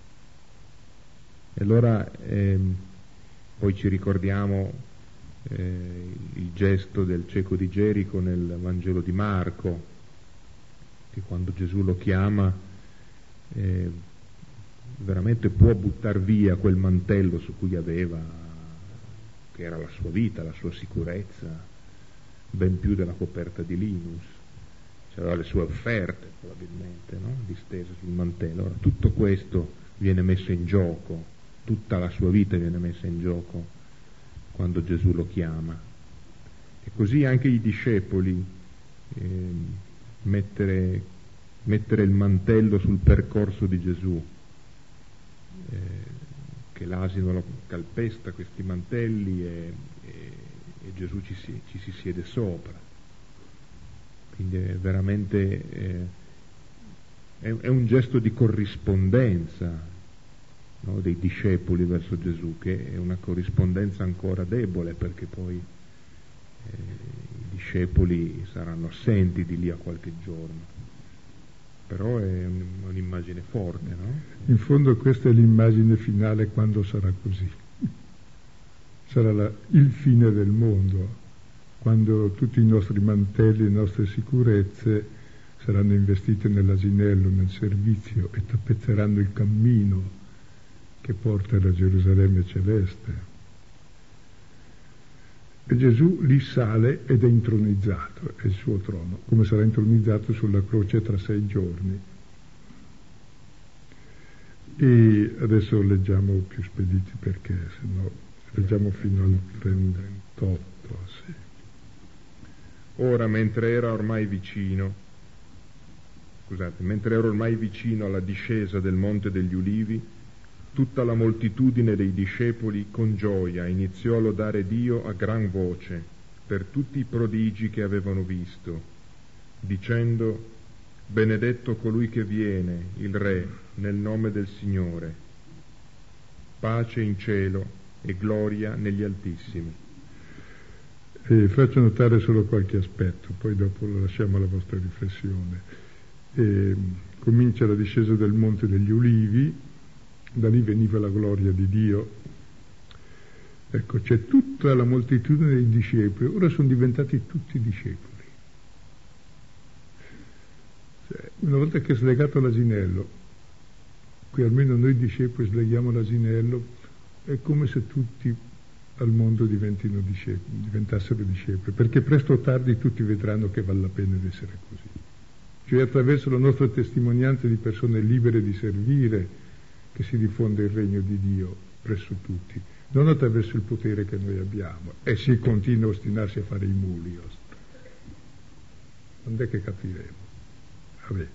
E allora poi ci ricordiamo il gesto del cieco di Gerico nel Vangelo di Marco, che quando Gesù lo chiama veramente può buttar via quel mantello su cui aveva, che era la sua vita, la sua sicurezza, ben più della coperta di Linus. C'erano le sue offerte probabilmente, no? Distese sul mantello. Ora, tutto questo viene messo in gioco, tutta la sua vita viene messa in gioco quando Gesù lo chiama. E così anche i discepoli mettere il mantello sul percorso di Gesù, che l'asino lo calpesta questi mantelli e Gesù ci si siede sopra. Quindi è veramente è un gesto di corrispondenza, no, dei discepoli verso Gesù, che è una corrispondenza ancora debole, perché poi i discepoli saranno assenti di lì a qualche giorno, però è un'immagine forte, no? In fondo questa è l'immagine finale, quando sarà così. Sarà il fine del mondo, quando tutti i nostri mantelli, le nostre sicurezze saranno investiti nell'asinello, nel servizio, e tappezzeranno il cammino che porta alla Gerusalemme celeste. E Gesù lì sale ed è intronizzato, è il suo trono, come sarà intronizzato sulla croce tra 6 giorni. E adesso leggiamo più spediti, perché se no leggiamo fino al 38. Sì. Ora, mentre ero ormai vicino alla discesa del Monte degli Ulivi, tutta la moltitudine dei discepoli con gioia iniziò a lodare Dio a gran voce per tutti i prodigi che avevano visto, dicendo: benedetto colui che viene, il Re, nel nome del Signore. Pace in cielo e gloria negli altissimi. Faccio notare solo qualche aspetto, poi dopo lo lasciamo alla vostra riflessione. Comincia la discesa del Monte degli Ulivi, da lì veniva la gloria di Dio. Ecco, c'è tutta la moltitudine dei discepoli, ora sono diventati tutti discepoli. Cioè, Una volta che è slegato l'asinello, qui almeno noi discepoli sleghiamo l'asinello, è come se tutti al mondo diventassero discepoli, perché presto o tardi tutti vedranno che vale la pena di essere così. Cioè attraverso la nostra testimonianza di persone libere di servire che si diffonde il regno di Dio presso tutti, non attraverso il potere che noi abbiamo, e si continua a ostinarsi a fare i muli. Non è che capiremo. Vabbè.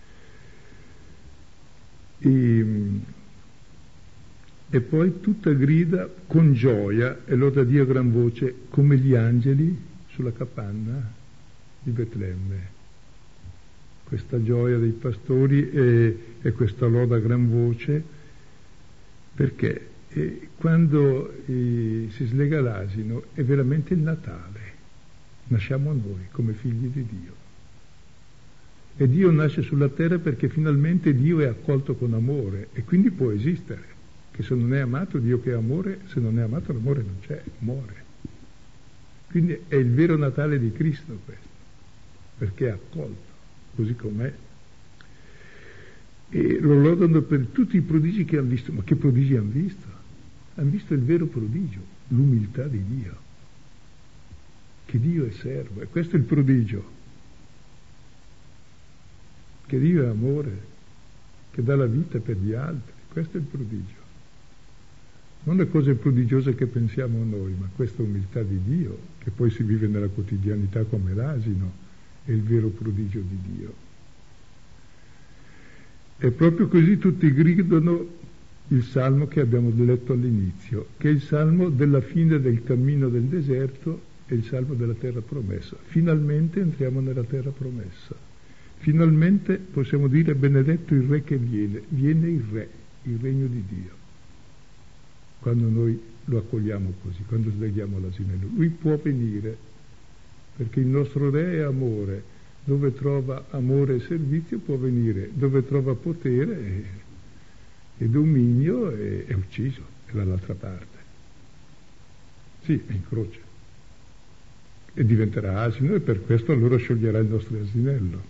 E poi tutta grida con gioia e loda Dio a gran voce come gli angeli sulla capanna di Betlemme. Questa gioia dei pastori e questa loda a gran voce, perché quando si slega l'asino è veramente il Natale, nasciamo noi come figli di Dio. E Dio nasce sulla terra perché finalmente Dio è accolto con amore e quindi può esistere. Che se non è amato Dio che è amore, se non è amato l'amore non c'è, muore. Quindi è il vero Natale di Cristo questo, perché è accolto, così com'è. E lo lodano per tutti i prodigi che hanno visto. Ma che prodigi hanno visto? Hanno visto il vero prodigio, l'umiltà di Dio. Che Dio è servo, e questo è il prodigio. Che Dio è amore, che dà la vita per gli altri, questo è il prodigio. Non le cose prodigiose che pensiamo noi, ma questa umiltà di Dio, che poi si vive nella quotidianità come l'asino, è il vero prodigio di Dio. E proprio così tutti gridano il salmo che abbiamo letto all'inizio, che è il salmo della fine del cammino del deserto e il salmo della terra promessa. Finalmente entriamo nella terra promessa. Finalmente possiamo dire benedetto il Re che viene il Re, il regno di Dio. Quando noi lo accogliamo così, quando sleghiamo l'asinello, lui può venire, perché il nostro Re è amore, dove trova amore e servizio può venire, dove trova potere e dominio è ucciso, è dall'altra parte. Sì, è in croce. E diventerà asino e per questo allora scioglierà il nostro asinello.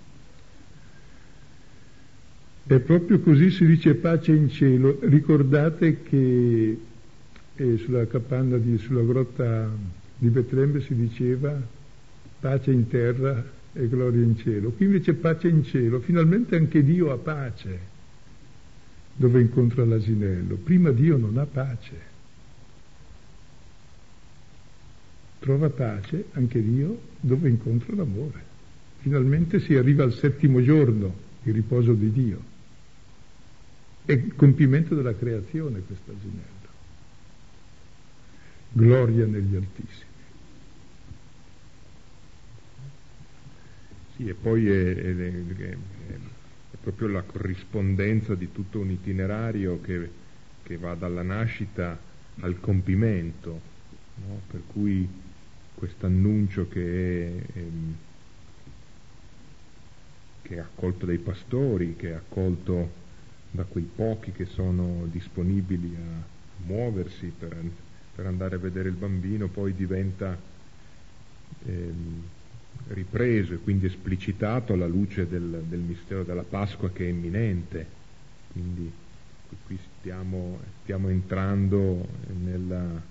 E proprio così si dice pace in cielo. Ricordate che sulla capanna, sulla grotta di Betlemme si diceva pace in terra e gloria in cielo. Qui invece pace in cielo. Finalmente anche Dio ha pace dove incontra l'asinello. Prima Dio non ha pace. Trova pace anche Dio dove incontra l'amore. Finalmente si arriva al 7° giorno, il riposo di Dio. È il compimento della creazione questo asinello. Gloria negli altissimi. Sì, e poi è proprio la corrispondenza di tutto un itinerario che va dalla nascita al compimento, no? Per cui questo annuncio che è accolto dai pastori, che è accolto da quei pochi che sono disponibili a muoversi per andare a vedere il bambino, poi diventa ripreso e quindi esplicitato alla luce del mistero della Pasqua che è imminente. Quindi qui stiamo entrando nella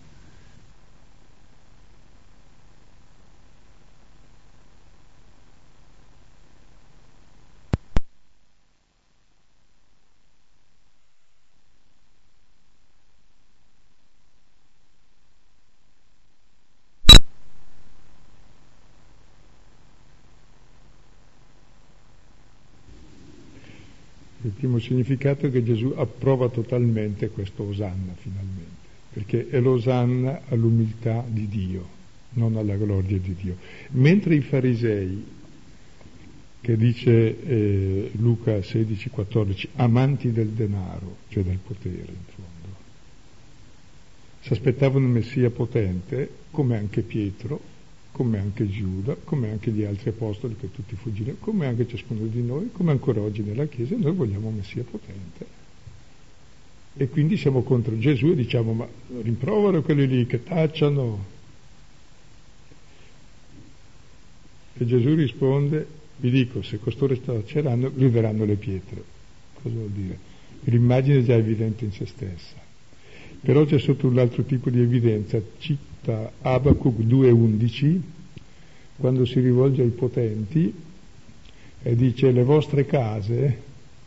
Il primo significato è che Gesù approva totalmente questo Osanna finalmente, perché è l'Osanna all'umiltà di Dio, non alla gloria di Dio. Mentre i farisei, che dice Luca 16,14, amanti del denaro, cioè del potere in fondo, si aspettavano un Messia potente, come anche Pietro, come anche Giuda, come anche gli altri apostoli che tutti fuggirono, come anche ciascuno di noi, come ancora oggi nella Chiesa, noi vogliamo un Messia potente. E quindi siamo contro Gesù e diciamo, ma rimprovero quelli lì che tacciano. E Gesù risponde, Vi dico, se costoro taceranno, grideranno le pietre. Cosa vuol dire? L'immagine è già evidente in se stessa. Però c'è sotto un altro tipo di evidenza. Cita Abacuc 2,11, quando si rivolge ai potenti e dice: le vostre case,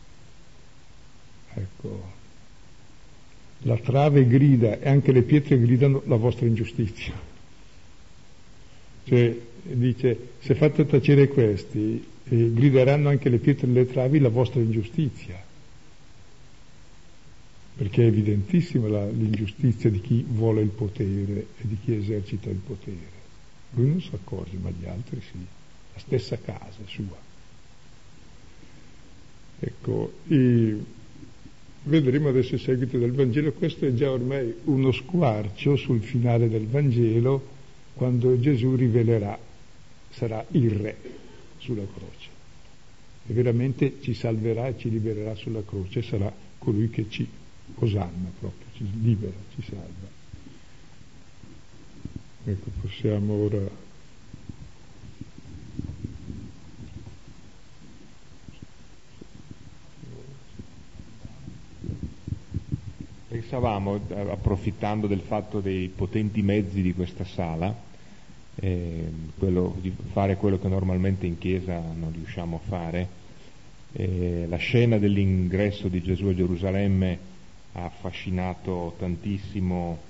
ecco, la trave grida e anche le pietre gridano la vostra ingiustizia. Cioè dice: se fate tacere questi, grideranno anche le pietre e le travi la vostra ingiustizia, perché è evidentissima l'ingiustizia di chi vuole il potere e di chi esercita il potere. Lui non si accorge, ma gli altri sì, la stessa casa sua. Ecco, e vedremo adesso il seguito del Vangelo. Questo è già ormai uno squarcio sul finale del Vangelo, quando Gesù rivelerà, sarà il Re sulla croce e veramente ci salverà e ci libererà sulla croce, sarà colui che ci osanna proprio, ci libera, ci salva. Ecco, possiamo ora pensavamo, approfittando del fatto dei potenti mezzi di questa sala, di fare quello che normalmente in chiesa non riusciamo a fare. La scena dell'ingresso di Gesù a Gerusalemme ha affascinato tantissimo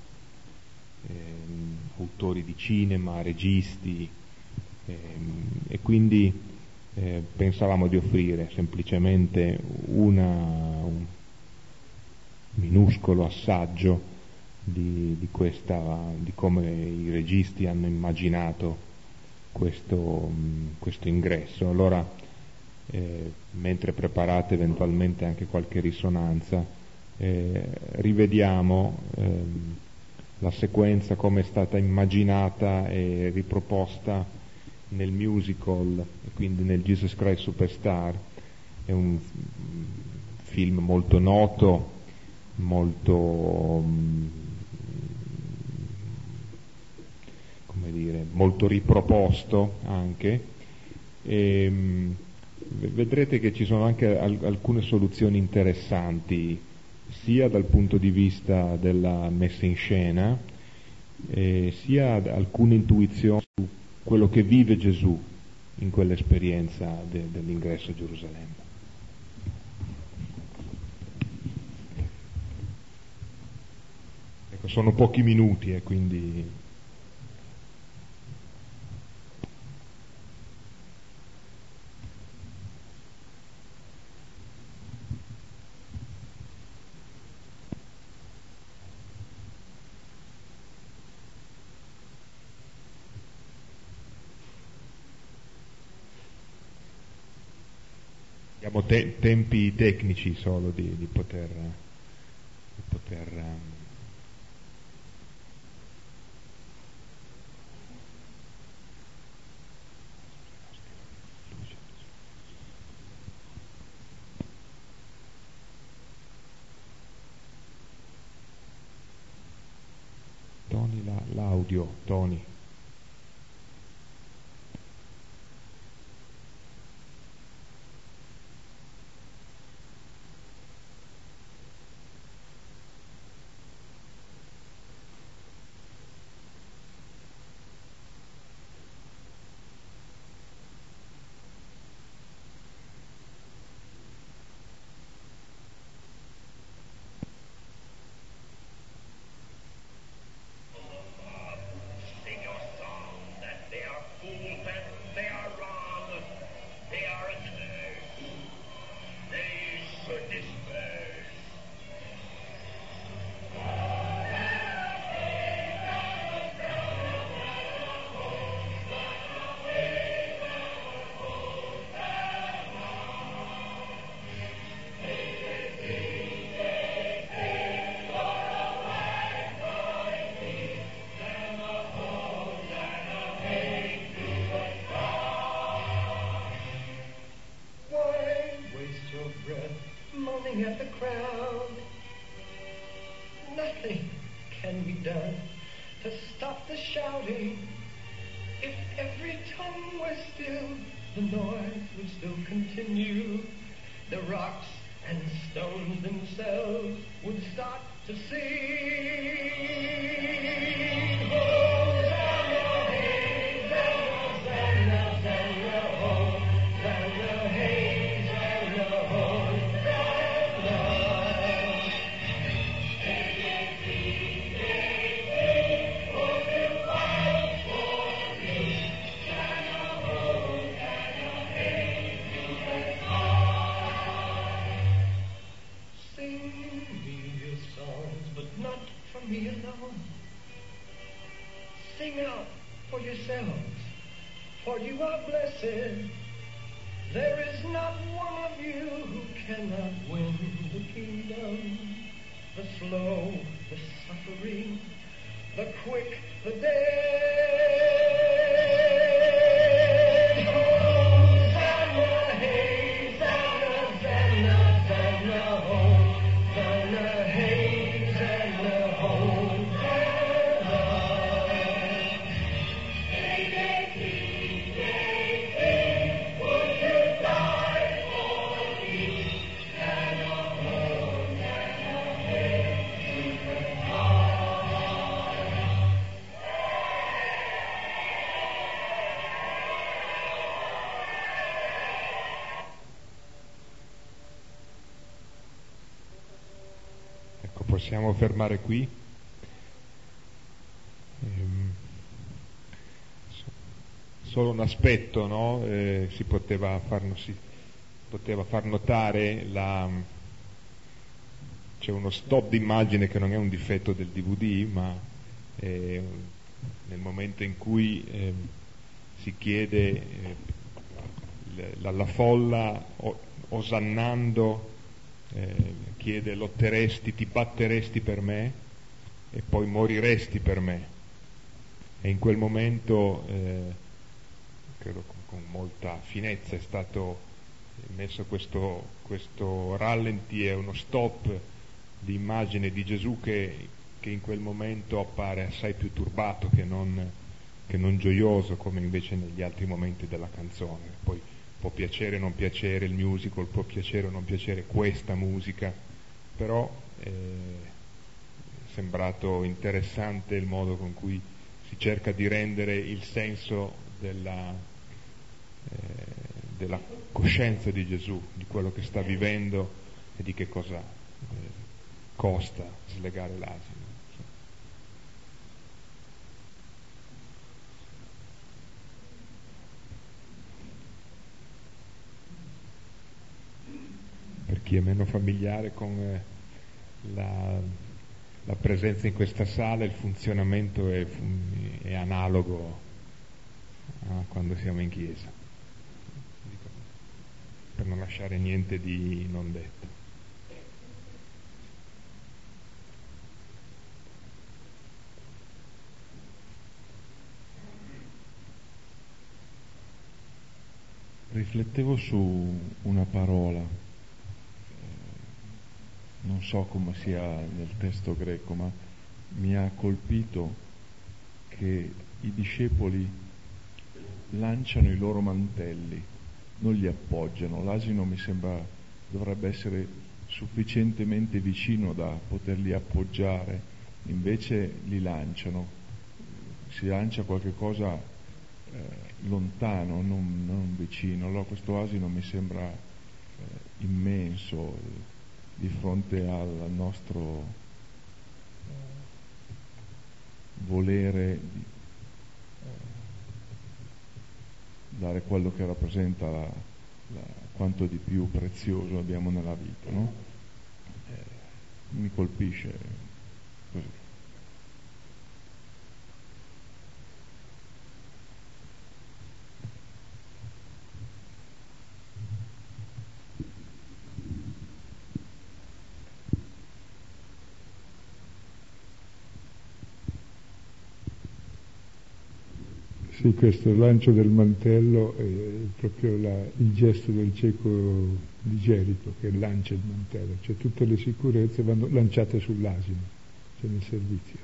autori di cinema, registi, e quindi pensavamo di offrire semplicemente un minuscolo assaggio di come i registi hanno immaginato questo ingresso. Allora, mentre preparate eventualmente anche qualche risonanza, rivediamo la sequenza come è stata immaginata e riproposta nel musical, e quindi nel Jesus Christ Superstar. È un film molto noto, molto come dire, molto riproposto anche, e vedrete che ci sono anche alcune soluzioni interessanti, sia dal punto di vista della messa in scena, sia alcune intuizioni su quello che vive Gesù in quell'esperienza dell'ingresso a Gerusalemme. Ecco, sono pochi minuti e quindi abbiamo tempi tecnici solo di poter Tony, l'audio, Tony. At the crowd, nothing can be done to stop the shouting. If every tongue were still, the noise would still continue. The rocks and stones themselves would start to sing. Hosanna, hey, Zanna, Zanna, Zanna, Hosanna, hey, Zanna, Hosanna. Sing me your songs, but not for me alone. Sing out for yourselves, for you are blessed. There is not one of you who cannot win the kingdom. The slow, the suffering, the quick, the dead. Hosanna, hey, Zanna, Zanna, Zanna, Hosanna, hey, Zanna, Hosanna. Would you die for me? Zanna, Hosanna, hey, Ecco, possiamo fermare qui. Solo un aspetto, no? Si poteva far notare c'è uno stop d'immagine che non è un difetto del DVD, ma nel momento in cui si chiede alla folla, osannando, chiede: lotteresti, ti batteresti per me e poi moriresti per me. E in quel momento, credo con molta finezza, è stato messo questo rallenti e uno stop di immagine di Gesù che in quel momento appare assai più turbato che non gioioso, come invece negli altri momenti della canzone. Poi può piacere o non piacere il musical, può piacere o non piacere questa musica, però è sembrato interessante il modo con cui si cerca di rendere il senso della coscienza di Gesù, di quello che sta vivendo e di che cosa costa slegare l'asino. Per chi è meno familiare con la presenza in questa sala, il funzionamento è analogo a quando siamo in chiesa, per non lasciare niente di non detto. Riflettevo su una parola, non so come sia nel testo greco, ma mi ha colpito che i discepoli lanciano i loro mantelli, non li appoggiano. L'asino mi sembra dovrebbe essere sufficientemente vicino da poterli appoggiare, invece li lanciano. Si lancia qualche cosa lontano, non vicino. Allora questo asino mi sembra immenso di fronte al nostro volere di dare quello che rappresenta quanto di più prezioso abbiamo nella vita, no? Mi colpisce così. Sì, questo lancio del mantello è proprio il gesto del cieco di Gerico che lancia il mantello, cioè tutte le sicurezze vanno lanciate sull'asino, cioè nel servizio.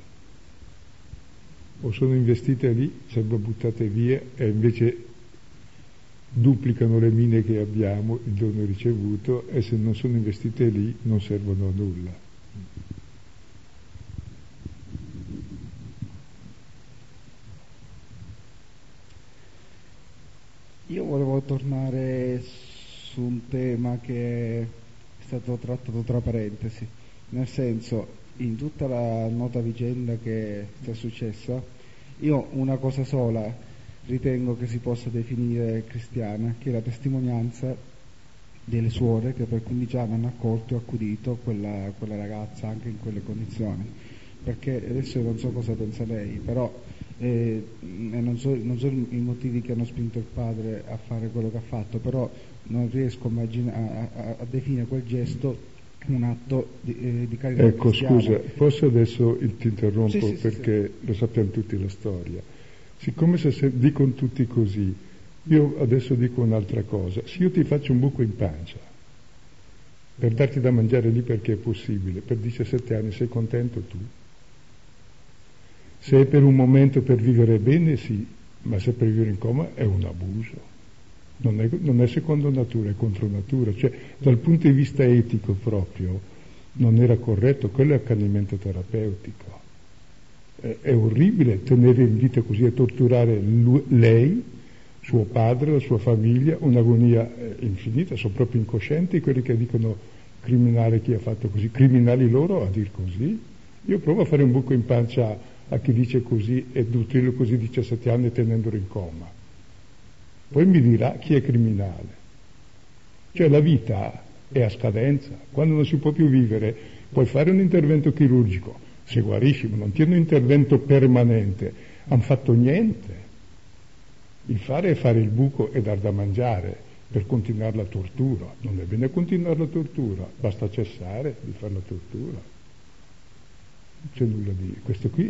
O sono investite lì, sarebbero buttate via, e invece duplicano le mine che abbiamo, il dono ricevuto, e se non sono investite lì non servono a nulla. Io volevo tornare su un tema che è stato trattato tra parentesi, nel senso, in tutta la nota vicenda che sta successa, io una cosa sola ritengo che si possa definire cristiana, che è la testimonianza delle suore che per 15 anni hanno accolto e accudito quella ragazza anche in quelle condizioni. Perché adesso io non so cosa pensa lei, però non so i motivi che hanno spinto il padre a fare quello che ha fatto, però non riesco a definire quel gesto un atto di carità cristiana. Scusa, posso adesso ti interrompo? Sì, perché lo sappiamo tutti la storia. Siccome se dicono tutti così, io adesso dico un'altra cosa. Se io ti faccio un buco in pancia per darti da mangiare lì perché è possibile, per 17 anni sei contento tu? Se è per un momento per vivere bene, sì, ma se per vivere in coma è un abuso. Non è secondo natura, è contro natura. Cioè, dal punto di vista etico proprio, non era corretto, quello è accanimento terapeutico. È orribile tenere in vita così e torturare lei, suo padre, la sua famiglia, un'agonia infinita. Sono proprio incoscienti quelli che dicono criminale chi ha fatto così, criminali loro a dir così. Io provo a fare un buco in pancia a chi dice così e nutrirlo così 17 anni tenendolo in coma. Poi mi dirà chi è criminale. Cioè la vita è a scadenza. Quando non si può più vivere puoi fare un intervento chirurgico, se guarisci, ma non tiene un intervento permanente. Han fatto niente. Il fare è fare il buco e dar da mangiare per continuare la tortura. Non è bene continuare la tortura, basta cessare di fare la tortura. Non c'è nulla di... Questo qui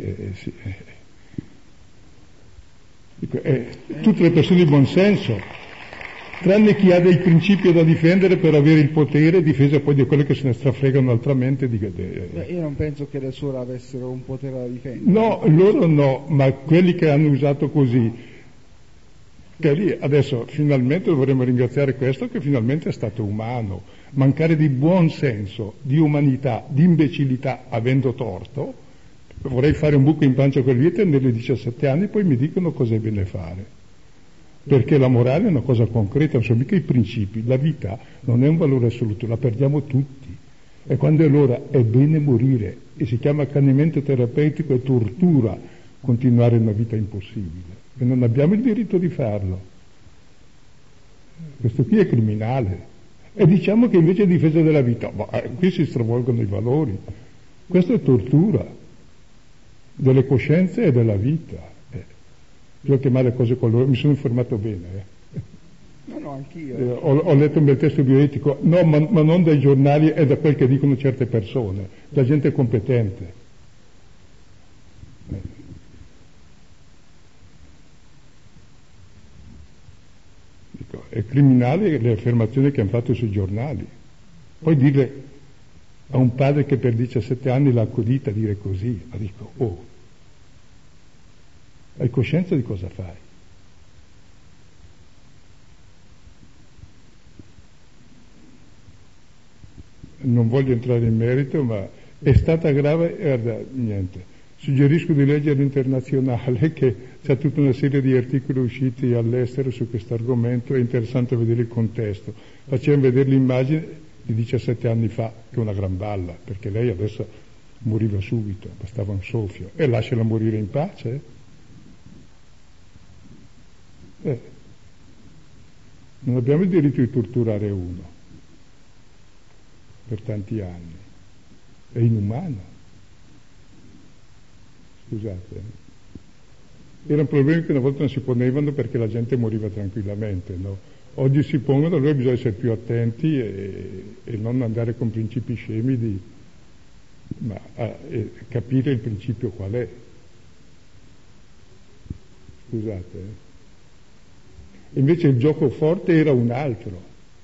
tutte le persone di buon senso, tranne chi ha dei principi da difendere per avere il potere, difesa poi di quelle che se ne strafregano altramente. Io non penso che le suore avessero un potere da difendere. No, loro no, ma quelli che hanno usato così, che lì adesso finalmente dovremmo ringraziare questo che finalmente è stato umano. Mancare di buon senso, di umanità, di imbecillità avendo torto. Vorrei fare un buco in pancia a quel vita e negli 17 anni poi mi dicono cosa è bene fare. Perché la morale è una cosa concreta, non sono mica i principi. La vita non è un valore assoluto, la perdiamo tutti. E quando è l'ora è bene morire. E si chiama accanimento terapeutico e tortura continuare una vita impossibile. E non abbiamo il diritto di farlo. Questo qui è criminale. E diciamo che invece è difesa della vita. Qui si stravolgono i valori. Questa è tortura delle coscienze e della vita. Io ho chiamato le cose con loro, mi sono informato bene. No, anch'io. Ho letto un bel testo bioetico, no, ma non dai giornali e da quel che dicono certe persone, da gente competente. Dico, è criminale le affermazioni che hanno fatto sui giornali. Poi dire a un padre che per 17 anni l'ha accudita dire così, ma dico, hai coscienza di cosa fai? Non voglio entrare in merito, ma è stata grave, guarda, niente. Suggerisco di leggere l'Internazionale, che c'è tutta una serie di articoli usciti all'estero su questo argomento, è interessante vedere il contesto. Facevano vedere l'immagine di 17 anni fa, che è una gran balla, perché lei adesso moriva subito, bastava un soffio, e lasciala morire in pace. Non abbiamo il diritto di torturare uno per tanti anni, è inumano. Scusate. Erano problemi che una volta non si ponevano perché la gente moriva tranquillamente, no? Oggi si pongono, allora bisogna essere più attenti e non andare con principi scemi ma capire il principio qual è. Scusate. Invece il gioco forte era un altro.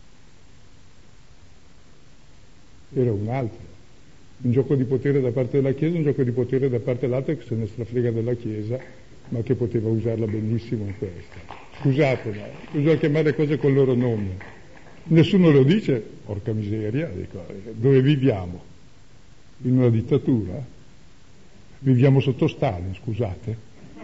Un gioco di potere da parte della Chiesa, un gioco di potere da parte dell'altra che se ne strafrega della Chiesa, ma che poteva usarla benissimo in questo. Scusate, ma bisogna chiamare le cose col loro nome. Nessuno lo dice, porca miseria, dico, dove viviamo? In una dittatura? Viviamo sotto Stalin, scusate.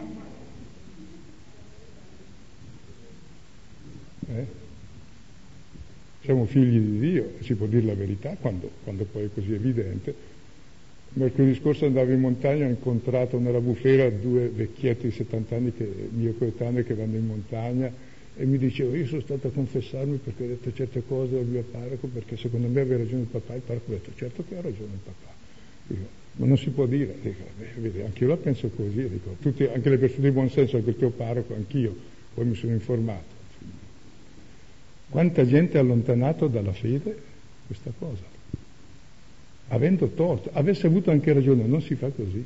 Siamo figli di Dio, si può dire la verità quando poi è così evidente. Mercoledì scorso andavo in montagna, ho incontrato nella bufera 2 vecchietti di 70 anni, mie coetanee, che vanno in montagna, e mi dicevo: io sono stato a confessarmi perché ho detto certe cose al mio parroco, perché secondo me aveva ragione il papà. Il parroco ha detto: certo che ha ragione il papà. Dico, ma non si può dire. Dico, vedi, anche io la penso così. Dico, tutti, anche le persone di buon senso, anche il tuo parroco, anch'io, poi mi sono informato. Quanta gente ha allontanato dalla fede questa cosa, avendo torto. Avesse avuto anche ragione, non si fa così.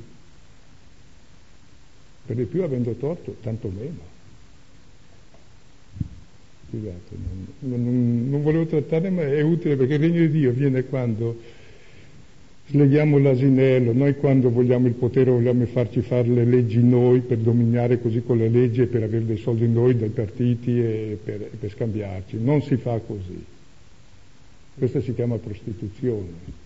Per di più, avendo torto, tanto meno. Scusate, non volevo trattare, ma è utile, perché il regno di Dio viene quando sleghiamo l'asinello, noi quando vogliamo il potere, vogliamo farci fare le leggi noi, per dominare così con le leggi e per avere dei soldi noi dai partiti e per scambiarci. Non si fa così. Questa si chiama prostituzione.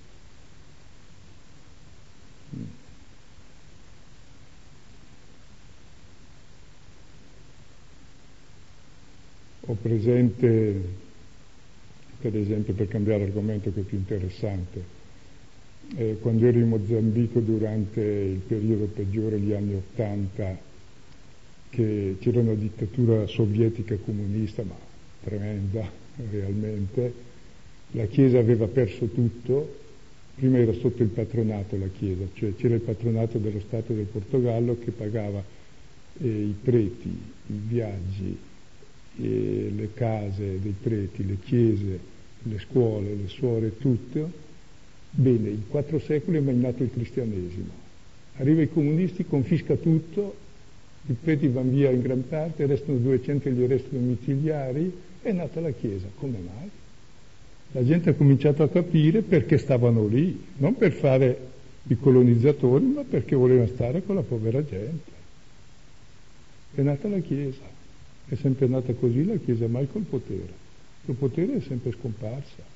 Ho presente, per esempio, per cambiare argomento che è più interessante, quando ero in Mozambico durante il periodo peggiore, gli anni '80, che c'era una dittatura sovietica comunista, ma tremenda realmente, la Chiesa aveva perso tutto. Prima era sotto il patronato la Chiesa, cioè c'era il patronato dello Stato del Portogallo che pagava i preti, i viaggi, le case dei preti, le chiese, le scuole, le suore, tutto. Bene, in 4 secoli è mai nato il cristianesimo. Arriva i comunisti, confisca tutto, i preti vanno via in gran parte, restano 200 gli arresti domiciliari, è nata la Chiesa. Come mai? La gente ha cominciato a capire perché stavano lì, non per fare i colonizzatori, ma perché volevano stare con la povera gente. È nata la Chiesa, è sempre nata così la Chiesa, mai col potere. Il potere è sempre scomparsa.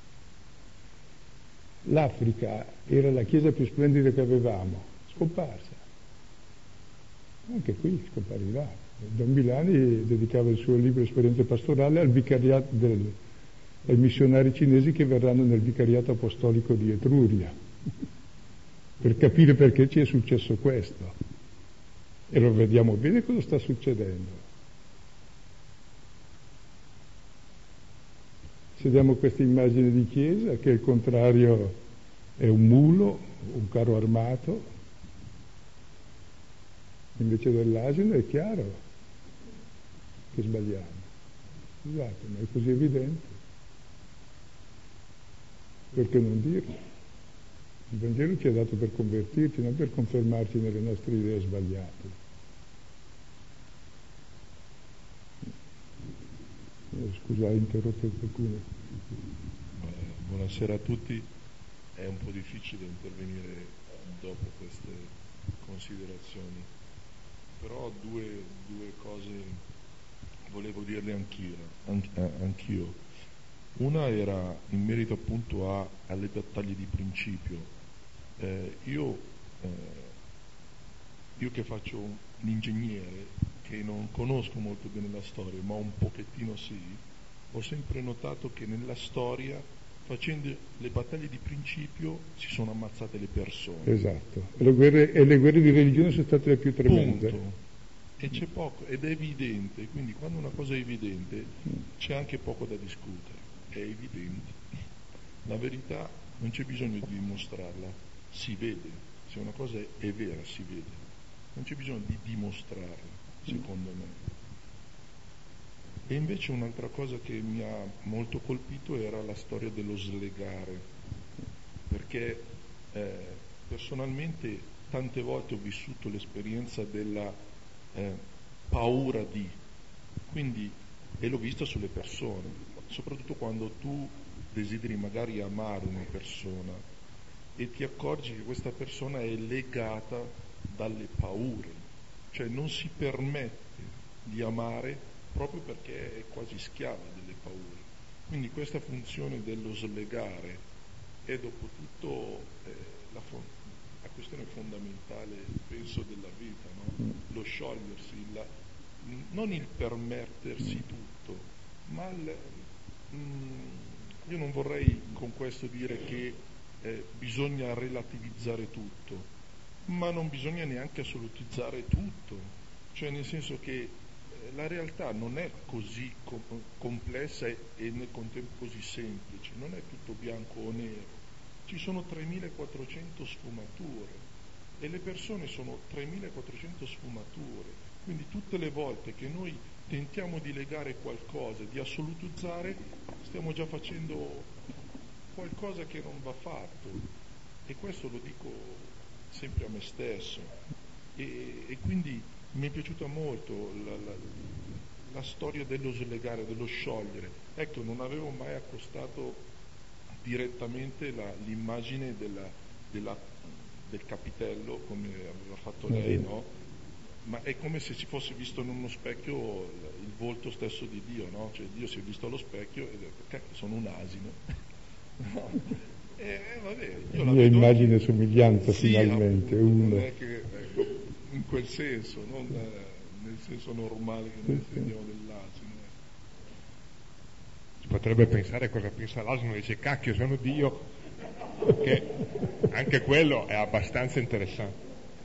L'Africa era la Chiesa più splendida che avevamo, scomparsa. Anche qui scomparirà. Don Milani dedicava il suo libro Esperienze pastorali al vicariato ai missionari cinesi che verranno nel vicariato apostolico di Etruria, per capire perché ci è successo questo. E lo vediamo bene cosa sta succedendo. Se diamo questa immagine di Chiesa, che il contrario è un mulo, un carro armato, invece dell'asino, è chiaro che sbagliamo. Scusate, ma è così evidente. Perché non dirlo? Il Vangelo ci è dato per convertirci, non per confermarci nelle nostre idee sbagliate. Scusa, hai interrotto qualcuno. Buonasera a tutti. È un po' difficile intervenire dopo queste considerazioni, però due cose volevo dirle anch'io. Una era in merito appunto alle battaglie di principio. Io che faccio l'ingegnere, che non conosco molto bene la storia, ma un pochettino sì, ho sempre notato che nella storia, facendo le battaglie di principio, si sono ammazzate le persone. Esatto, e le guerre di religione sono state le più tremende. Punto. E c'è poco, ed è evidente, quindi quando una cosa è evidente c'è anche poco da discutere, è evidente. La verità non c'è bisogno di dimostrarla, si vede, se una cosa è vera si vede, non c'è bisogno di dimostrarla, secondo me. E invece un'altra cosa che mi ha molto colpito era la storia dello slegare, perché personalmente tante volte ho vissuto l'esperienza della paura di, quindi, e l'ho vista sulle persone, soprattutto quando tu desideri magari amare una persona e ti accorgi che questa persona è legata dalle paure, cioè non si permette di amare proprio perché è quasi schiava delle paure. Quindi questa funzione dello slegare è dopo tutto la questione fondamentale, penso, della vita, no? Lo sciogliersi, non il permettersi tutto, ma io non vorrei con questo dire che bisogna relativizzare tutto, ma non bisogna neanche assolutizzare tutto, cioè nel senso che la realtà non è così complessa e nel contempo così semplice, non è tutto bianco o nero, ci sono 3.400 sfumature e le persone sono 3.400 sfumature, quindi tutte le volte che noi tentiamo di legare qualcosa, di assolutizzare, stiamo già facendo qualcosa che non va fatto, e questo lo dico sempre a me stesso, e quindi mi è piaciuta molto la storia dello slegare, dello sciogliere. Ecco, non avevo mai accostato direttamente l'immagine del capitello come aveva fatto lei, no? Ma è come se si fosse visto in uno specchio il volto stesso di Dio, no? Cioè Dio si è visto allo specchio e ha detto, cacchio, sono un asino. No? Vabbè, io la mia vedo immagine e anche... somiglianza, sì, finalmente, appunto, uno. non è che, ecco, in quel senso, non nel senso normale che noi intendiamo dell'asino. Si potrebbe pensare cosa pensa l'asino, dice cacchio sono Dio, che anche quello è abbastanza interessante.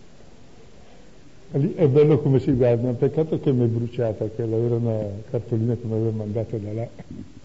Lì è bello come si guarda, peccato che mi è bruciata quella, era una cartolina che mi aveva mandato da là.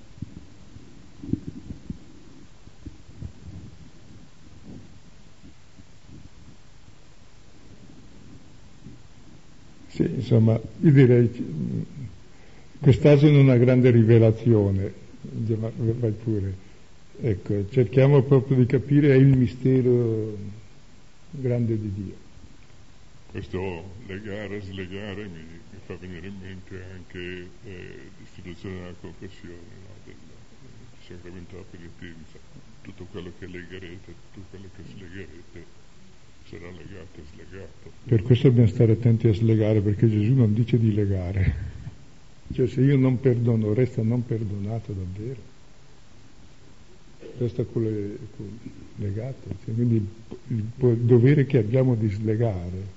Sì, insomma, io direi quest'asino è una grande rivelazione, vai pure. Ecco, cerchiamo proprio di capire, è il mistero grande di Dio. Questo legare, slegare mi fa venire in mente anche l'istituzione della confessione, no? Del sacramento della penitenza. Tutto quello che legherete, tutto quello che slegherete sarà legato e slegato. Per questo dobbiamo stare attenti a slegare, perché Gesù non dice di legare. Cioè se io non perdono, resta non perdonato davvero. Resta legato. Cioè, quindi il dovere che abbiamo di slegare.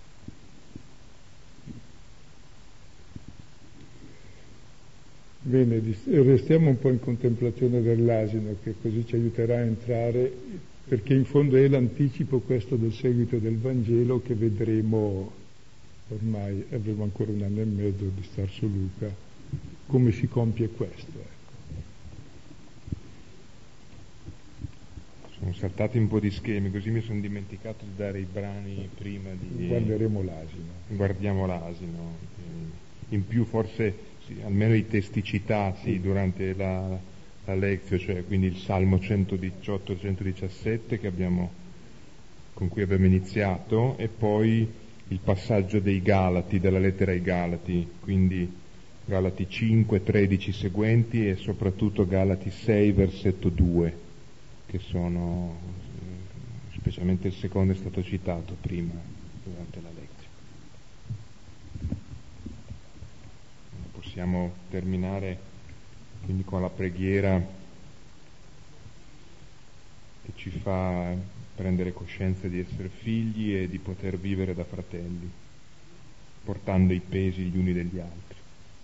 Bene, restiamo un po' in contemplazione dell'asino, che così ci aiuterà a entrare, perché in fondo è l'anticipo questo del seguito del Vangelo che vedremo, ormai avremo ancora 1 anno e mezzo di star su Luca, come si compie questo. Sono saltati un po' di schemi, così mi sono dimenticato di dare i brani prima di... Guarderemo l'asino. Guardiamo l'asino. In più forse... Sì, almeno i testi citati durante la lezione, cioè quindi il Salmo 118 e 117 con cui abbiamo iniziato, e poi il passaggio dei Galati, della lettera ai Galati, quindi Galati 5, 13 seguenti e soprattutto Galati 6, versetto 2, che sono, specialmente il secondo è stato citato prima durante la lezione. Possiamo terminare quindi con la preghiera che ci fa prendere coscienza di essere figli e di poter vivere da fratelli, portando i pesi gli uni degli altri.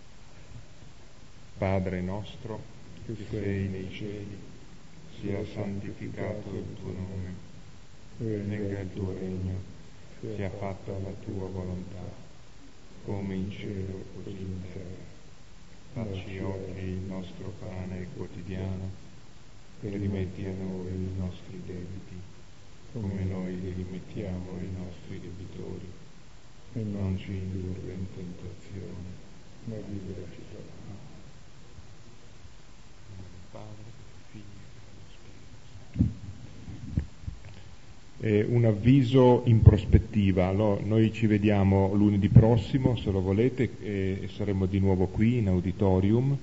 Padre nostro, che sei nei cieli, sia santificato il tuo nome, venga il tuo regno, sia fatta la tua volontà, come in cielo così in terra. Dacci oggi il nostro pane quotidiano e rimetti a noi i nostri debiti, come noi li rimettiamo ai nostri debitori, e non ci indurre in tentazione, ma liberaci dal male. Padre, Figlio e Spirito Santo. Un avviso in prospettiva, no? Noi ci vediamo lunedì prossimo, se lo volete, e saremo di nuovo qui in auditorium,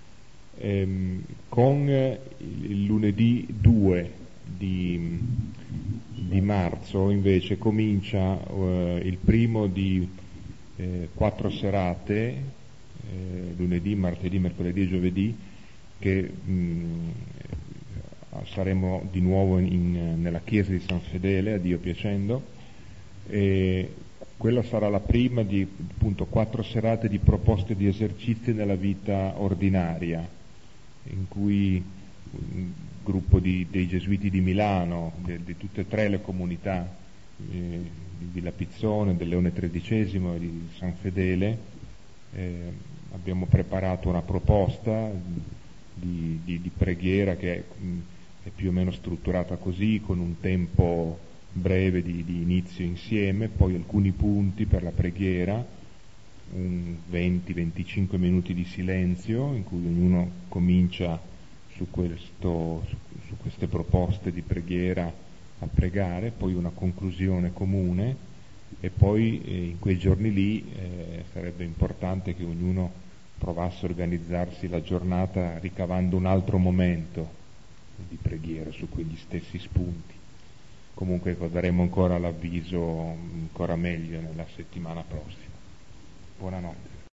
con il lunedì 2 di marzo invece comincia il primo di 4 serate lunedì, martedì, mercoledì e giovedì, che saremo di nuovo nella chiesa di San Fedele, a Dio piacendo, e quella sarà la prima di appunto 4 serate di proposte di esercizi nella vita ordinaria, in cui un gruppo dei Gesuiti di Milano, di tutte e 3 le comunità di Villa Pizzone, del Leone XIII e di San Fedele, abbiamo preparato una proposta di preghiera che è più o meno strutturata così, con un tempo breve di inizio insieme, poi alcuni punti per la preghiera, 20-25 minuti di silenzio in cui ognuno comincia su queste proposte di preghiera a pregare, poi una conclusione comune, e poi in quei giorni lì sarebbe importante che ognuno provasse a organizzarsi la giornata ricavando un altro momento di preghiera su quegli stessi spunti. Comunque daremo ancora l'avviso ancora meglio nella settimana prossima. Buonanotte.